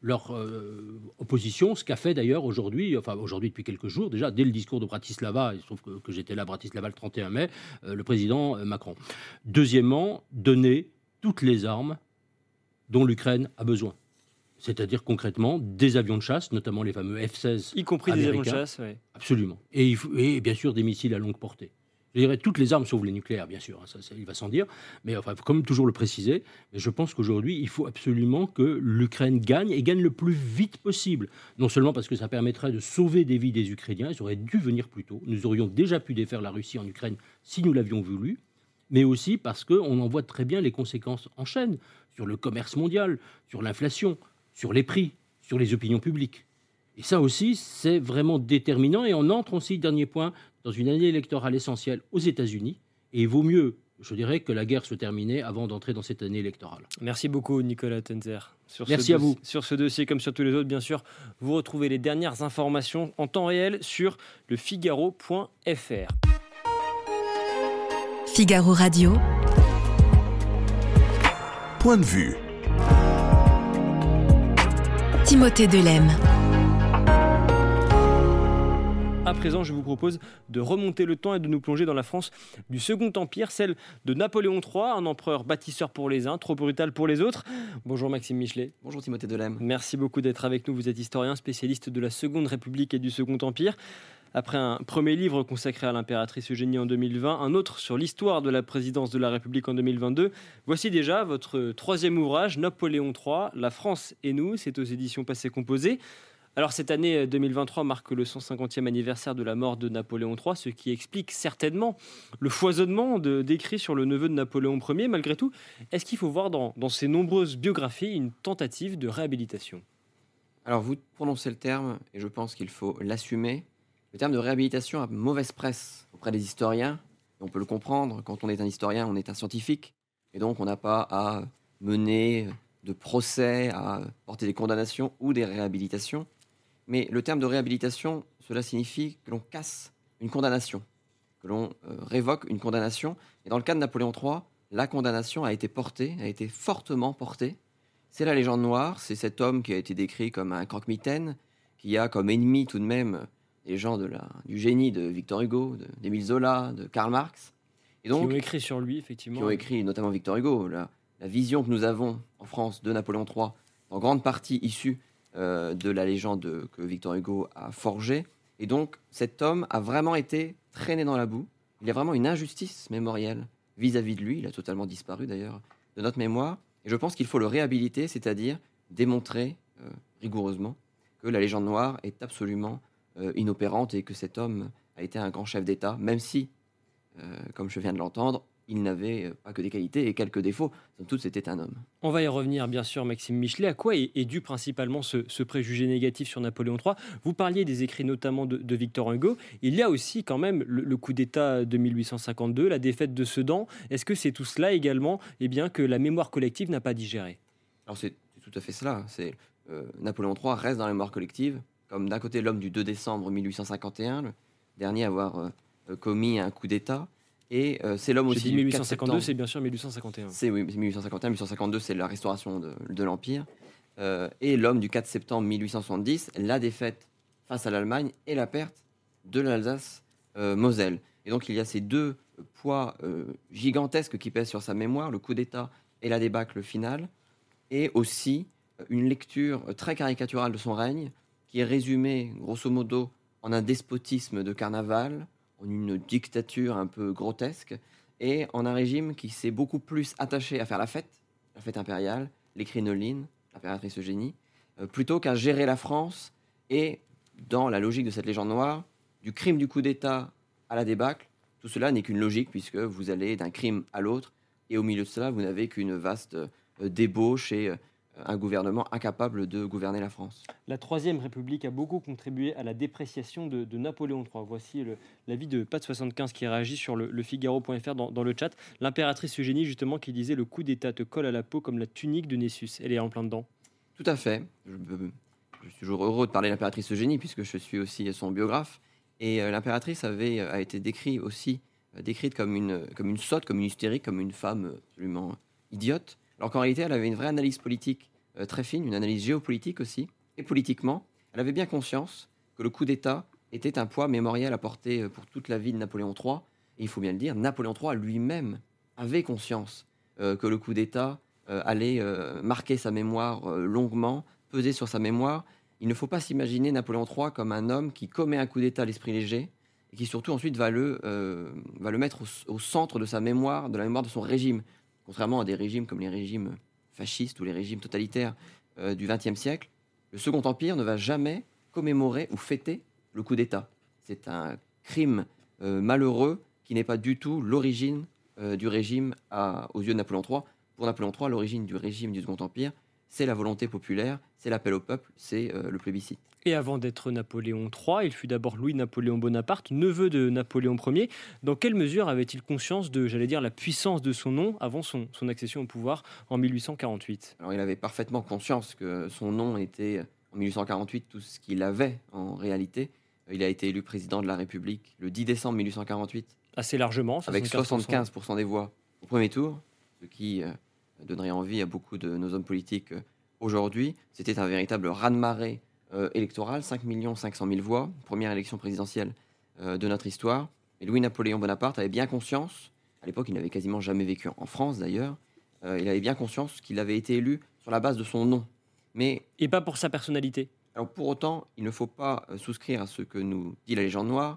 leur euh, opposition, ce qu'a fait d'ailleurs aujourd'hui, enfin aujourd'hui depuis quelques jours, déjà dès le discours de Bratislava, il se trouve que, que j'étais là à Bratislava le trente et un mai, euh, le président euh, Macron. Deuxièmement, donner toutes les armes dont l'Ukraine a besoin. C'est-à-dire concrètement des avions de chasse, notamment les fameux F seize Y compris américains. des avions de chasse, oui. Absolument. Et, il faut, et bien sûr des missiles à longue portée. Je dirais toutes les armes sauf les nucléaires, bien sûr, hein, ça, ça, il va sans dire. Mais enfin, il faut quand même toujours le préciser. Mais je pense qu'aujourd'hui, il faut absolument que l'Ukraine gagne et gagne le plus vite possible. Non seulement parce que ça permettrait de sauver des vies des Ukrainiens, ils auraient dû venir plus tôt. Nous aurions déjà pu défaire la Russie en Ukraine si nous l'avions voulu. Mais aussi parce qu'on en voit très bien les conséquences en chaîne sur le commerce mondial, sur l'inflation, sur les prix, sur les opinions publiques. Et ça aussi, c'est vraiment déterminant. Et on entre aussi, dernier point, dans une année électorale essentielle aux États-Unis. Et il vaut mieux, je dirais, que la guerre soit terminée avant d'entrer dans cette année électorale. Merci beaucoup, Nicolas Tenzer. Sur Merci ce à vous. Sur ce dossier, comme sur tous les autres, bien sûr, vous retrouvez les dernières informations en temps réel sur le figaro point f r. Figaro Radio. Point de vue. Timothée Delem. À présent, je vous propose de remonter le temps et de nous plonger dans la France du Second Empire, celle de Napoléon trois, un empereur bâtisseur pour les uns, trop brutal pour les autres. Bonjour Maxime Michelet. Bonjour Timothée Delem. Merci beaucoup d'être avec nous. Vous êtes historien, spécialiste de la Seconde République et du Second Empire. Après un premier livre consacré à l'impératrice Eugénie en deux mille vingt, un autre sur l'histoire de la présidence de la République en deux mille vingt-deux, voici déjà votre troisième ouvrage, Napoléon trois, La France et nous. C'est aux éditions Passé Composé. Alors cette année deux mille vingt-trois marque le cent cinquantième anniversaire de la mort de Napoléon trois, ce qui explique certainement le foisonnement de, d'écrits sur le neveu de Napoléon Ier. Malgré tout, est-ce qu'il faut voir dans, dans ces nombreuses biographies une tentative de réhabilitation ? Alors vous prononcez le terme, et je pense qu'il faut l'assumer. Le terme de réhabilitation a mauvaise presse auprès des historiens. Et on peut le comprendre, quand on est un historien, on est un scientifique. Et donc on n'a pas à mener de procès, à porter des condamnations ou des réhabilitations. Mais le terme de réhabilitation, cela signifie que l'on casse une condamnation, que l'on euh, révoque une condamnation. Et dans le cas de Napoléon trois, la condamnation a été portée, a été fortement portée. C'est la légende noire, c'est cet homme qui a été décrit comme un croque-mitaine, qui a comme ennemi tout de même les gens de la, du génie de Victor Hugo, de, d'Émile Zola, de Karl Marx. Et donc, qui ont écrit sur lui, effectivement. Qui ont écrit, notamment Victor Hugo. La, la vision que nous avons en France de Napoléon trois, en grande partie issue euh, de la légende que Victor Hugo a forgée. Et donc, cet homme a vraiment été traîné dans la boue. Il y a vraiment une injustice mémorielle vis-à-vis de lui. Il a totalement disparu, d'ailleurs, de notre mémoire. Et je pense qu'il faut le réhabiliter, c'est-à-dire démontrer euh, rigoureusement que la légende noire est absolument euh, inopérante et que cet homme a été un grand chef d'État, même si, euh, comme je viens de l'entendre, il n'avait pas que des qualités et quelques défauts. Somme toute, c'était un homme. On va y revenir, bien sûr, Maxime Michelet. À quoi est, est dû principalement ce, ce préjugé négatif sur Napoléon trois ? Vous parliez des écrits notamment de, de Victor Hugo. Il y a aussi quand même le, le coup d'État de mille huit cent cinquante-deux, la défaite de Sedan. Est-ce que c'est tout cela également eh bien, que la mémoire collective n'a pas digéré ? Alors c'est, c'est tout à fait cela. C'est, euh, Napoléon trois reste dans la mémoire collective, comme d'un côté l'homme du deux décembre mille huit cent cinquante et un, le dernier à avoir euh, commis un coup d'État. Et euh, c'est l'homme J'ai aussi dit du mille huit cent quatre cinquante-deux, septembre. c'est bien sûr mille huit cent cinquante et un. C'est oui, mille huit cent cinquante et un, mille huit cent cinquante-deux, c'est la restauration de, de l'Empire. Euh, et l'homme du quatre septembre mille huit cent soixante-dix, la défaite face à l'Allemagne et la perte de l'Alsace-Moselle. Euh, et donc il y a ces deux poids euh, gigantesques qui pèsent sur sa mémoire, le coup d'État et la débâcle finale, et aussi une lecture très caricaturale de son règne, qui est résumée grosso modo en un despotisme de carnaval, en une dictature un peu grotesque, et en un régime qui s'est beaucoup plus attaché à faire la fête, la fête impériale, les crinolines, l'impératrice Eugénie, euh, plutôt qu'à gérer la France, et dans la logique de cette légende noire, du crime du coup d'État à la débâcle, tout cela n'est qu'une logique, puisque vous allez d'un crime à l'autre, et au milieu de cela, vous n'avez qu'une vaste euh, débauche et euh, un gouvernement incapable de gouverner la France. La Troisième République a beaucoup contribué à la dépréciation de, de Napoléon trois. Voici le, l'avis de Pat soixante-quinze qui réagit sur le, le Figaro point F R dans, dans le chat. L'impératrice Eugénie, justement, qui disait « Le coup d'État te colle à la peau comme la tunique de Nessus ». Elle est en plein dedans. Tout à fait. Je, je suis toujours heureux de parler de l'impératrice Eugénie, puisque je suis aussi son biographe. Et euh, l'impératrice avait, a été décrite aussi, euh, décrite comme une, comme une sotte, comme une hystérique, comme une femme absolument idiote. Alors qu'en réalité, elle avait une vraie analyse politique euh, très fine, une analyse géopolitique aussi, et politiquement, elle avait bien conscience que le coup d'État était un poids mémoriel à porter pour toute la vie de Napoléon trois. Et il faut bien le dire, Napoléon trois lui-même avait conscience euh, que le coup d'État euh, allait euh, marquer sa mémoire euh, longuement, peser sur sa mémoire. Il ne faut pas s'imaginer Napoléon trois comme un homme qui commet un coup d'État à l'esprit léger et qui surtout ensuite va le, euh, va le mettre au, au centre de sa mémoire, de la mémoire de son régime. Contrairement à des régimes comme les régimes fascistes ou les régimes totalitaires euh, du vingtième siècle, le Second Empire ne va jamais commémorer ou fêter le coup d'État. C'est un crime euh, malheureux qui n'est pas du tout l'origine euh, du régime à, aux yeux de Napoléon trois. Pour Napoléon trois, l'origine du régime du Second Empire, c'est la volonté populaire, c'est l'appel au peuple, c'est euh, le plébiscite. Et avant d'être Napoléon trois, il fut d'abord Louis-Napoléon Bonaparte, neveu de Napoléon Ier. Dans quelle mesure avait-il conscience de, j'allais dire, la puissance de son nom avant son, son accession au pouvoir en mille huit cent quarante-huit ? Alors il avait parfaitement conscience que son nom était, en mille huit cent quarante-huit, tout ce qu'il avait en réalité. Il a été élu président de la République le dix décembre mille huit cent quarante-huit. Assez largement, avec soixante-quinze pour cent des voix au premier tour, ce qui euh, donnerait envie à beaucoup de nos hommes politiques euh, aujourd'hui. C'était un véritable raz-de-marée euh, électoral, cinq millions cinq cent mille voix, première élection présidentielle euh, de notre histoire. Et Louis-Napoléon Bonaparte avait bien conscience, à l'époque il n'avait quasiment jamais vécu en France d'ailleurs, euh, il avait bien conscience qu'il avait été élu sur la base de son nom. Mais, et pas pour sa personnalité. Alors pour autant, il ne faut pas euh, souscrire à ce que nous dit la légende noire.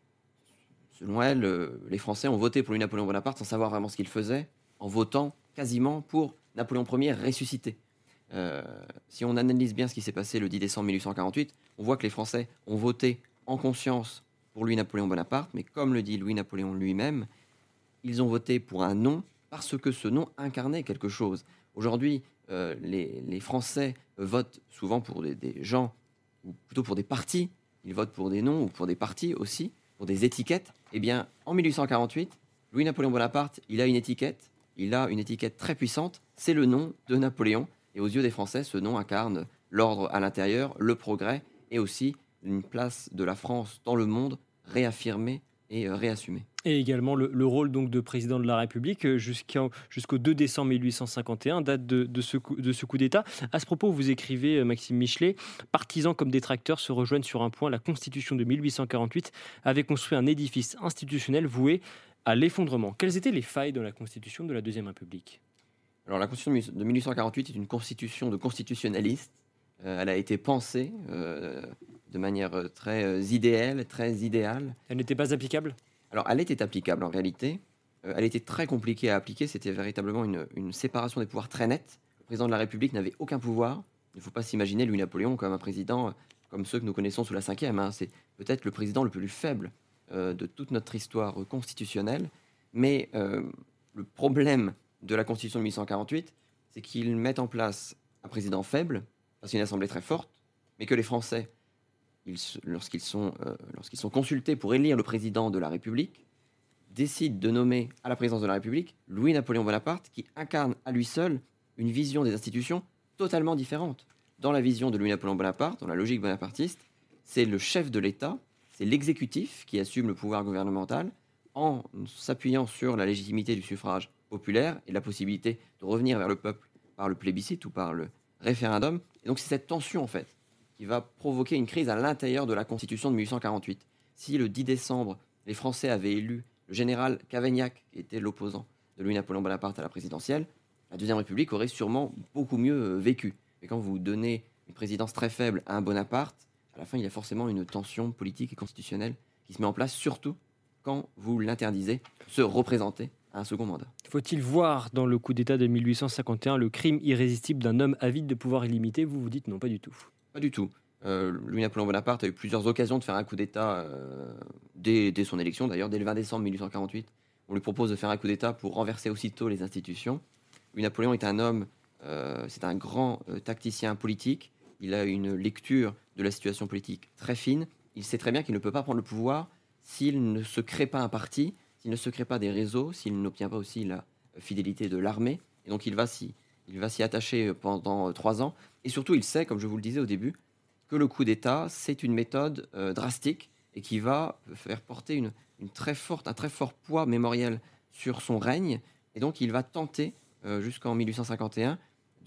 Selon elle, euh, les Français ont voté pour Louis-Napoléon Bonaparte sans savoir vraiment ce qu'il faisait, en votant quasiment pour Napoléon Ier ressuscité. Euh, si on analyse bien ce qui s'est passé le dix décembre mille huit cent quarante-huit, on voit que les Français ont voté en conscience pour Louis-Napoléon Bonaparte, mais comme le dit Louis-Napoléon lui-même, ils ont voté pour un nom parce que ce nom incarnait quelque chose. Aujourd'hui, euh, les, les Français votent souvent pour des, des gens, ou plutôt pour des partis, ils votent pour des noms ou pour des partis aussi, pour des étiquettes. Eh bien, en mille huit cent quarante-huit, Louis-Napoléon Bonaparte, il a une étiquette, il a une étiquette très puissante, c'est le nom de Napoléon. Et aux yeux des Français, ce nom incarne l'ordre à l'intérieur, le progrès et aussi une place de la France dans le monde réaffirmée et euh, réassumée. Et également le, le rôle donc de président de la République jusqu'au, jusqu'au deux décembre mille huit cent cinquante et un, date de, de, ce coup, de ce coup d'État. À ce propos, vous écrivez, Maxime Michelet, partisans comme détracteurs se rejoignent sur un point. La Constitution de mille huit cent quarante-huit avait construit un édifice institutionnel voué à l'effondrement. Quelles étaient les failles dans la Constitution de la Deuxième République ? Alors la Constitution de mille huit cent quarante-huit est une constitution de constitutionnalistes. Euh, elle a été pensée euh, de manière très euh, idéale, très idéale. Elle n'était pas applicable ? Alors elle était applicable en réalité. Euh, elle était très compliquée à appliquer. C'était véritablement une, une séparation des pouvoirs très nette. Le président de la République n'avait aucun pouvoir. Il ne faut pas s'imaginer Louis-Napoléon comme un président euh, comme ceux que nous connaissons sous la cinquième. Hein. C'est peut-être le président le plus faible euh, de toute notre histoire constitutionnelle. Mais euh, le problème de la Constitution de mille huit cent quarante-huit, c'est qu'ils mettent en place un président faible, parce qu'il y a une assemblée très forte, mais que les Français, ils, lorsqu'ils, sont, euh, lorsqu'ils sont consultés pour élire le président de la République, décident de nommer à la présidence de la République Louis-Napoléon Bonaparte, qui incarne à lui seul une vision des institutions totalement différente. Dans la vision de Louis-Napoléon Bonaparte, dans la logique bonapartiste, c'est le chef de l'État, c'est l'exécutif qui assume le pouvoir gouvernemental en s'appuyant sur la légitimité du suffrage populaire et la possibilité de revenir vers le peuple par le plébiscite ou par le référendum. Et donc c'est cette tension en fait qui va provoquer une crise à l'intérieur de la Constitution de mille huit cent quarante-huit. Si le dix décembre, les Français avaient élu le général Cavaignac, qui était l'opposant de Louis-Napoléon Bonaparte à la présidentielle, la Deuxième République aurait sûrement beaucoup mieux vécu. Mais quand vous donnez une présidence très faible à un Bonaparte, à la fin il y a forcément une tension politique et constitutionnelle qui se met en place, surtout quand vous l'interdisez de se représenter à un second mandat. Faut-il voir dans le coup d'État de mille huit cent cinquante et un le crime irrésistible d'un homme avide de pouvoir illimité ? Vous vous dites non, pas du tout. Pas du tout. Euh, Louis-Napoléon Bonaparte a eu plusieurs occasions de faire un coup d'État euh, dès, dès son élection. D'ailleurs, dès le vingt décembre mille huit cent quarante-huit, on lui propose de faire un coup d'État pour renverser aussitôt les institutions. Louis-Napoléon est un homme, euh, c'est un grand euh, tacticien politique. Il a une lecture de la situation politique très fine. Il sait très bien qu'il ne peut pas prendre le pouvoir s'il ne se crée pas un parti, s'il ne se crée pas des réseaux, s'il n'obtient pas aussi la fidélité de l'armée. Et donc il va s'y, il va s'y attacher pendant trois ans. Et surtout, il sait, comme je vous le disais au début, que le coup d'État, c'est une méthode euh, drastique et qui va faire porter une, une très forte, un très fort poids mémoriel sur son règne. Et donc il va tenter, euh, jusqu'en mille huit cent cinquante et un,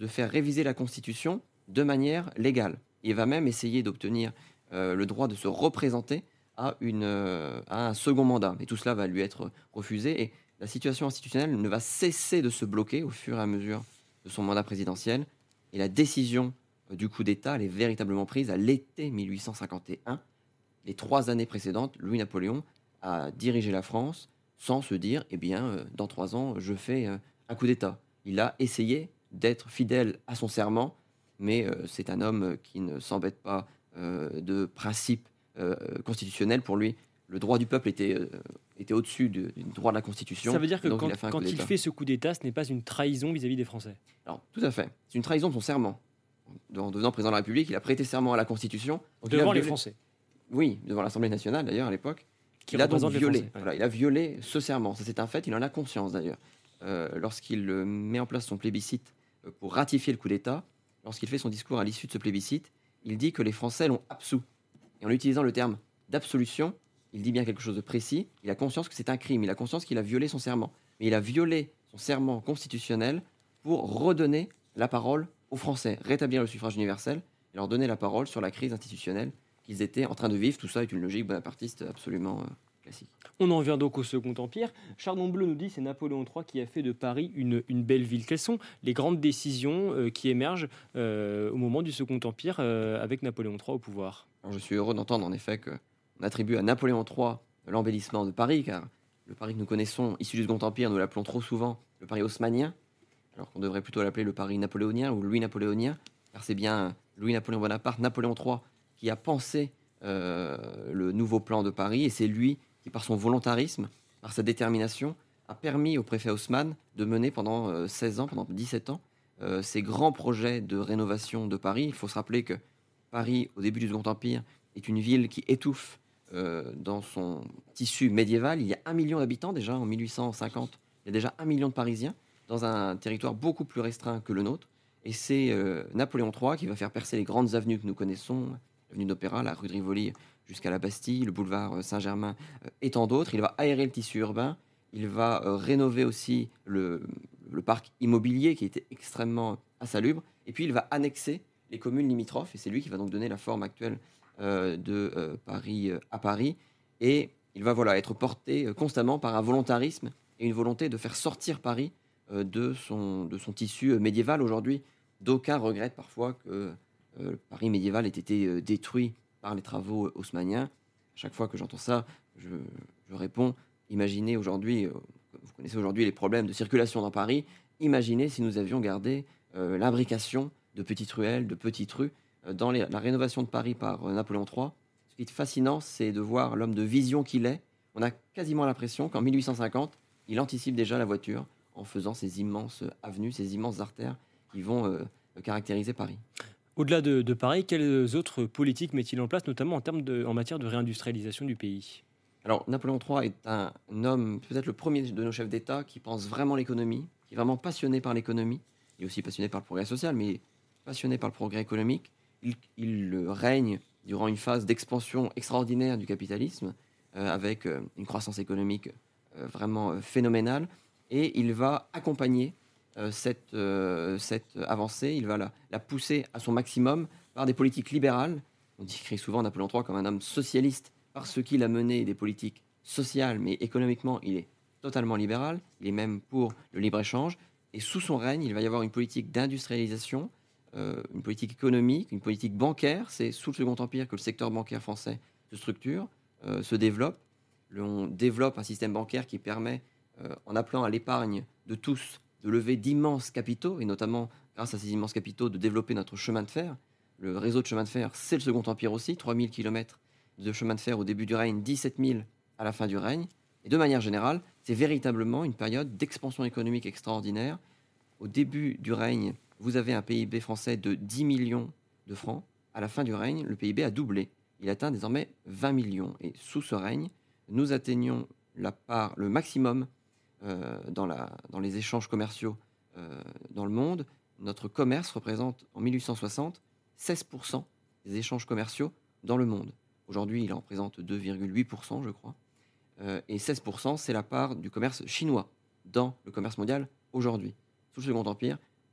de faire réviser la Constitution de manière légale. Il va même essayer d'obtenir euh, le droit de se représenter à, une, euh, à un second mandat. Et tout cela va lui être refusé. Et la situation institutionnelle ne va cesser de se bloquer au fur et à mesure de son mandat présidentiel. Et la décision euh, du coup d'État, elle est véritablement prise à l'été mille huit cent cinquante et un. Les trois années précédentes, Louis-Napoléon a dirigé la France sans se dire, eh bien, euh, dans trois ans, je fais euh, un coup d'État. Il a essayé d'être fidèle à son serment, mais euh, c'est un homme qui ne s'embête pas euh, de principes euh, constitutionnels. Pour lui, le droit du peuple était, euh, était au-dessus du, du droit de la Constitution. Ça veut dire que donc quand, il, a fait un quand coup il d'État. fait ce coup d'État, ce n'est pas une trahison vis-à-vis des Français. Alors, tout à fait. C'est une trahison de son serment. En devenant président de la République, il a prêté serment à la Constitution. Donc il a Devant les violé- Français, Oui, devant l'Assemblée nationale d'ailleurs à l'époque. qui Il a donc représentent les violé, Français. Ouais. voilà, il a violé ce serment. Ça, c'est un fait, il en a conscience d'ailleurs. Euh, lorsqu'il euh, met en place son plébiscite euh, pour ratifier le coup d'État, lorsqu'il fait son discours à l'issue de ce plébiscite, il dit que les Français l'ont absous. Et en utilisant le terme d'absolution, il dit bien quelque chose de précis. Il a conscience que c'est un crime, il a conscience qu'il a violé son serment. Mais il a violé son serment constitutionnel pour redonner la parole aux Français, rétablir le suffrage universel et leur donner la parole sur la crise institutionnelle qu'ils étaient en train de vivre. Tout ça est une logique bonapartiste absolument euh, classique. On en vient donc au Second Empire. Chardon Bleu nous dit que c'est Napoléon trois qui a fait de Paris une, une belle ville. Quelles sont les grandes décisions euh, qui émergent euh, au moment du Second Empire euh, avec Napoléon trois au pouvoir? Alors, je suis heureux d'entendre en effet qu'on attribue à Napoléon trois l'embellissement de Paris, car le Paris que nous connaissons, issu du Second Empire, nous l'appelons trop souvent le Paris haussmannien, alors qu'on devrait plutôt l'appeler le Paris napoléonien ou Louis-napoléonien, car c'est bien Louis-Napoléon Bonaparte, Napoléon trois, qui a pensé euh, le nouveau plan de Paris, et c'est lui qui, par son volontarisme, par sa détermination, a permis au préfet Haussmann de mener pendant euh, seize ans, pendant dix-sept ans, euh, ces grands projets de rénovation de Paris. Il faut se rappeler que Paris, au début du Second Empire, est une ville qui étouffe euh, dans son tissu médiéval. Il y a un million d'habitants déjà en mille huit cent cinquante. Il y a déjà un million de Parisiens dans un territoire beaucoup plus restreint que le nôtre. Et c'est euh, Napoléon trois qui va faire percer les grandes avenues que nous connaissons, l'avenue d'Opéra, la rue de Rivoli jusqu'à la Bastille, le boulevard Saint-Germain euh, et tant d'autres. Il va aérer le tissu urbain, il va euh, rénover aussi le, le parc immobilier qui était extrêmement insalubre, et puis il va annexer les communes limitrophes, et c'est lui qui va donc donner la forme actuelle euh, de euh, Paris euh, à Paris. Et il va voilà, être porté euh, constamment par un volontarisme et une volonté de faire sortir Paris euh, de, son, de son tissu euh, médiéval. Aujourd'hui, d'aucuns regrettent parfois que euh, Paris médiéval ait été euh, détruit par les travaux euh, haussmanniens. À chaque fois que j'entends ça, je, je réponds, imaginez aujourd'hui, euh, vous connaissez aujourd'hui les problèmes de circulation dans Paris, imaginez si nous avions gardé euh, l'imbrication de petites ruelles, de petites rues, euh, dans les- la rénovation de Paris par euh, Napoléon trois. Ce qui est fascinant, c'est de voir l'homme de vision qu'il est. On a quasiment l'impression qu'en mille huit cent cinquante, il anticipe déjà la voiture en faisant ces immenses avenues, ces immenses artères qui vont euh, caractériser Paris. Au-delà de, de Paris, quelles autres politiques met-il en place, notamment en, termes de, en matière de réindustrialisation du pays? Alors, Napoléon trois est un homme, peut-être le premier de nos chefs d'État, qui pense vraiment l'économie, qui est vraiment passionné par l'économie. Il est aussi passionné par le progrès social, mais passionné par le progrès économique. Il, il euh, règne durant une phase d'expansion extraordinaire du capitalisme, euh, avec euh, une croissance économique euh, vraiment euh, phénoménale. Et il va accompagner euh, cette, euh, cette avancée, il va la, la pousser à son maximum par des politiques libérales. On décrit souvent Napoléon trois comme un homme socialiste, parce qu'il a mené des politiques sociales, mais économiquement, il est totalement libéral. Il est même pour le libre-échange. Et sous son règne, il va y avoir une politique d'industrialisation, euh, une politique économique, une politique bancaire. C'est sous le Second Empire que le secteur bancaire français se structure, euh, se développe. Le- on développe un système bancaire qui permet, euh, en appelant à l'épargne de tous, de lever d'immenses capitaux, et notamment, grâce à ces immenses capitaux, de développer notre chemin de fer. Le réseau de chemin de fer, c'est le Second Empire aussi, trois mille kilomètres de chemin de fer au début du règne, dix-sept mille à la fin du règne. Et de manière générale, c'est véritablement une période d'expansion économique extraordinaire. Au début du règne, vous avez un P I B français de dix millions de francs. À la fin du règne, le P I B a doublé. Il atteint désormais vingt millions. Et sous ce règne, nous atteignons la part, le maximum euh, dans, la, dans les échanges commerciaux euh, dans le monde. Notre commerce représente, en mille huit cent soixante, seize pour cent des échanges commerciaux dans le monde. Aujourd'hui, il en représente deux virgule huit pour cent, je crois. Euh, et seize pour cent, c'est la part du commerce chinois dans le commerce mondial aujourd'hui. Sous le Second Empire,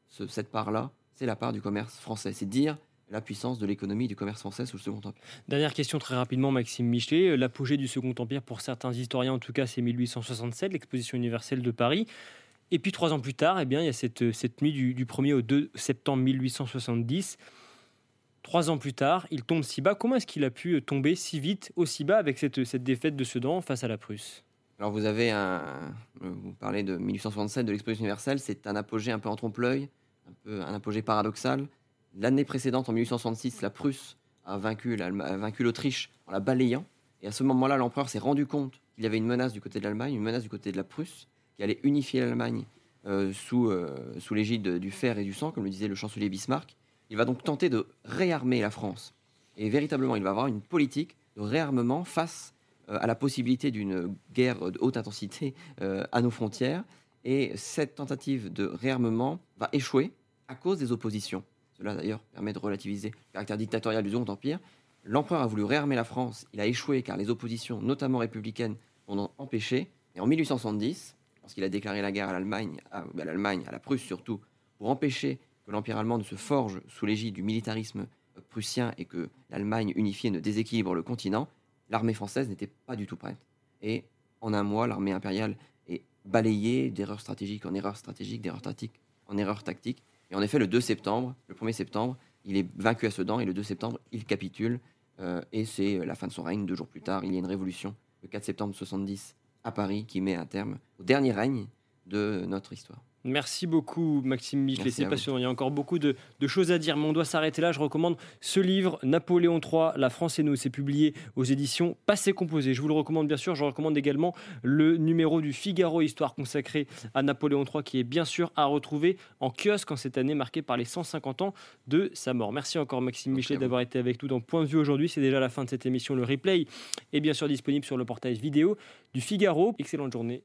ce- cette part-là, c'est la part du commerce français. C'est dire la puissance de l'économie du commerce français sous le Second Empire. Dernière question très rapidement, Maxime Michelet. L'apogée du Second Empire, pour certains historiens en tout cas, c'est mille huit cent soixante-sept, l'exposition universelle de Paris. Et puis trois ans plus tard, eh bien, il y a cette, cette nuit du, du premier au deux septembre mille huit cent soixante-dix. Trois ans plus tard, il tombe si bas. Comment est-ce qu'il a pu tomber si vite, aussi bas, avec cette, cette défaite de Sedan face à la Prusse? Alors vous avez un... Vous parlez de mille huit cent soixante-sept, de l'exposition universelle, c'est un apogée un peu en trompe-l'œil, un peu un apogée paradoxal. L'année précédente, en mille huit cent soixante-six, la Prusse a vaincu, l'Allem- a vaincu l'Autriche en la balayant. Et à ce moment-là, l'empereur s'est rendu compte qu'il y avait une menace du côté de l'Allemagne, une menace du côté de la Prusse, qui allait unifier l'Allemagne euh, sous, euh, sous l'égide du fer et du sang, comme le disait le chancelier Bismarck. Il va donc tenter de réarmer la France. Et véritablement, il va avoir une politique de réarmement face euh, à la possibilité d'une guerre de haute intensité euh, à nos frontières. Et cette tentative de réarmement va échouer à cause des oppositions. Cela d'ailleurs permet de relativiser le caractère dictatorial du Second Empire. L'empereur a voulu réarmer la France, il a échoué car les oppositions, notamment républicaines, l'ont empêché. Et en mille huit cent soixante-dix, lorsqu'il a déclaré la guerre à l'Allemagne, à, à l'Allemagne, à la Prusse surtout, pour empêcher que l'Empire allemand ne se forge sous l'égide du militarisme prussien et que l'Allemagne unifiée ne déséquilibre le continent, l'armée française n'était pas du tout prête. Et en un mois, l'armée impériale est balayée d'erreurs stratégiques en erreurs stratégiques, d'erreurs tactiques en erreurs tactiques. Et en effet, le deux septembre, le premier septembre, il est vaincu à Sedan et le deux septembre, il capitule. Euh, et c'est la fin de son règne. Deux jours plus tard, il y a une révolution, le quatre septembre soixante-dix, à Paris, qui met un terme au dernier règne de notre histoire. Merci beaucoup, Maxime Michelet. Merci C'est à vous. passionnant. Il y a encore beaucoup de, de choses à dire, mais on doit s'arrêter là. Je recommande ce livre, Napoléon trois, La France et nous. C'est publié aux éditions Passé Composé. Je vous le recommande, bien sûr. Je recommande également le numéro du Figaro, histoire consacrée à Napoléon trois, qui est bien sûr à retrouver en kiosque en cette année marquée par les cent cinquante ans de sa mort. Merci encore, Maxime Merci Michelet, à vous. d'avoir été avec nous dans Point de vue aujourd'hui. C'est déjà la fin de cette émission. Le replay est bien sûr disponible sur le portail vidéo du Figaro. Excellente journée.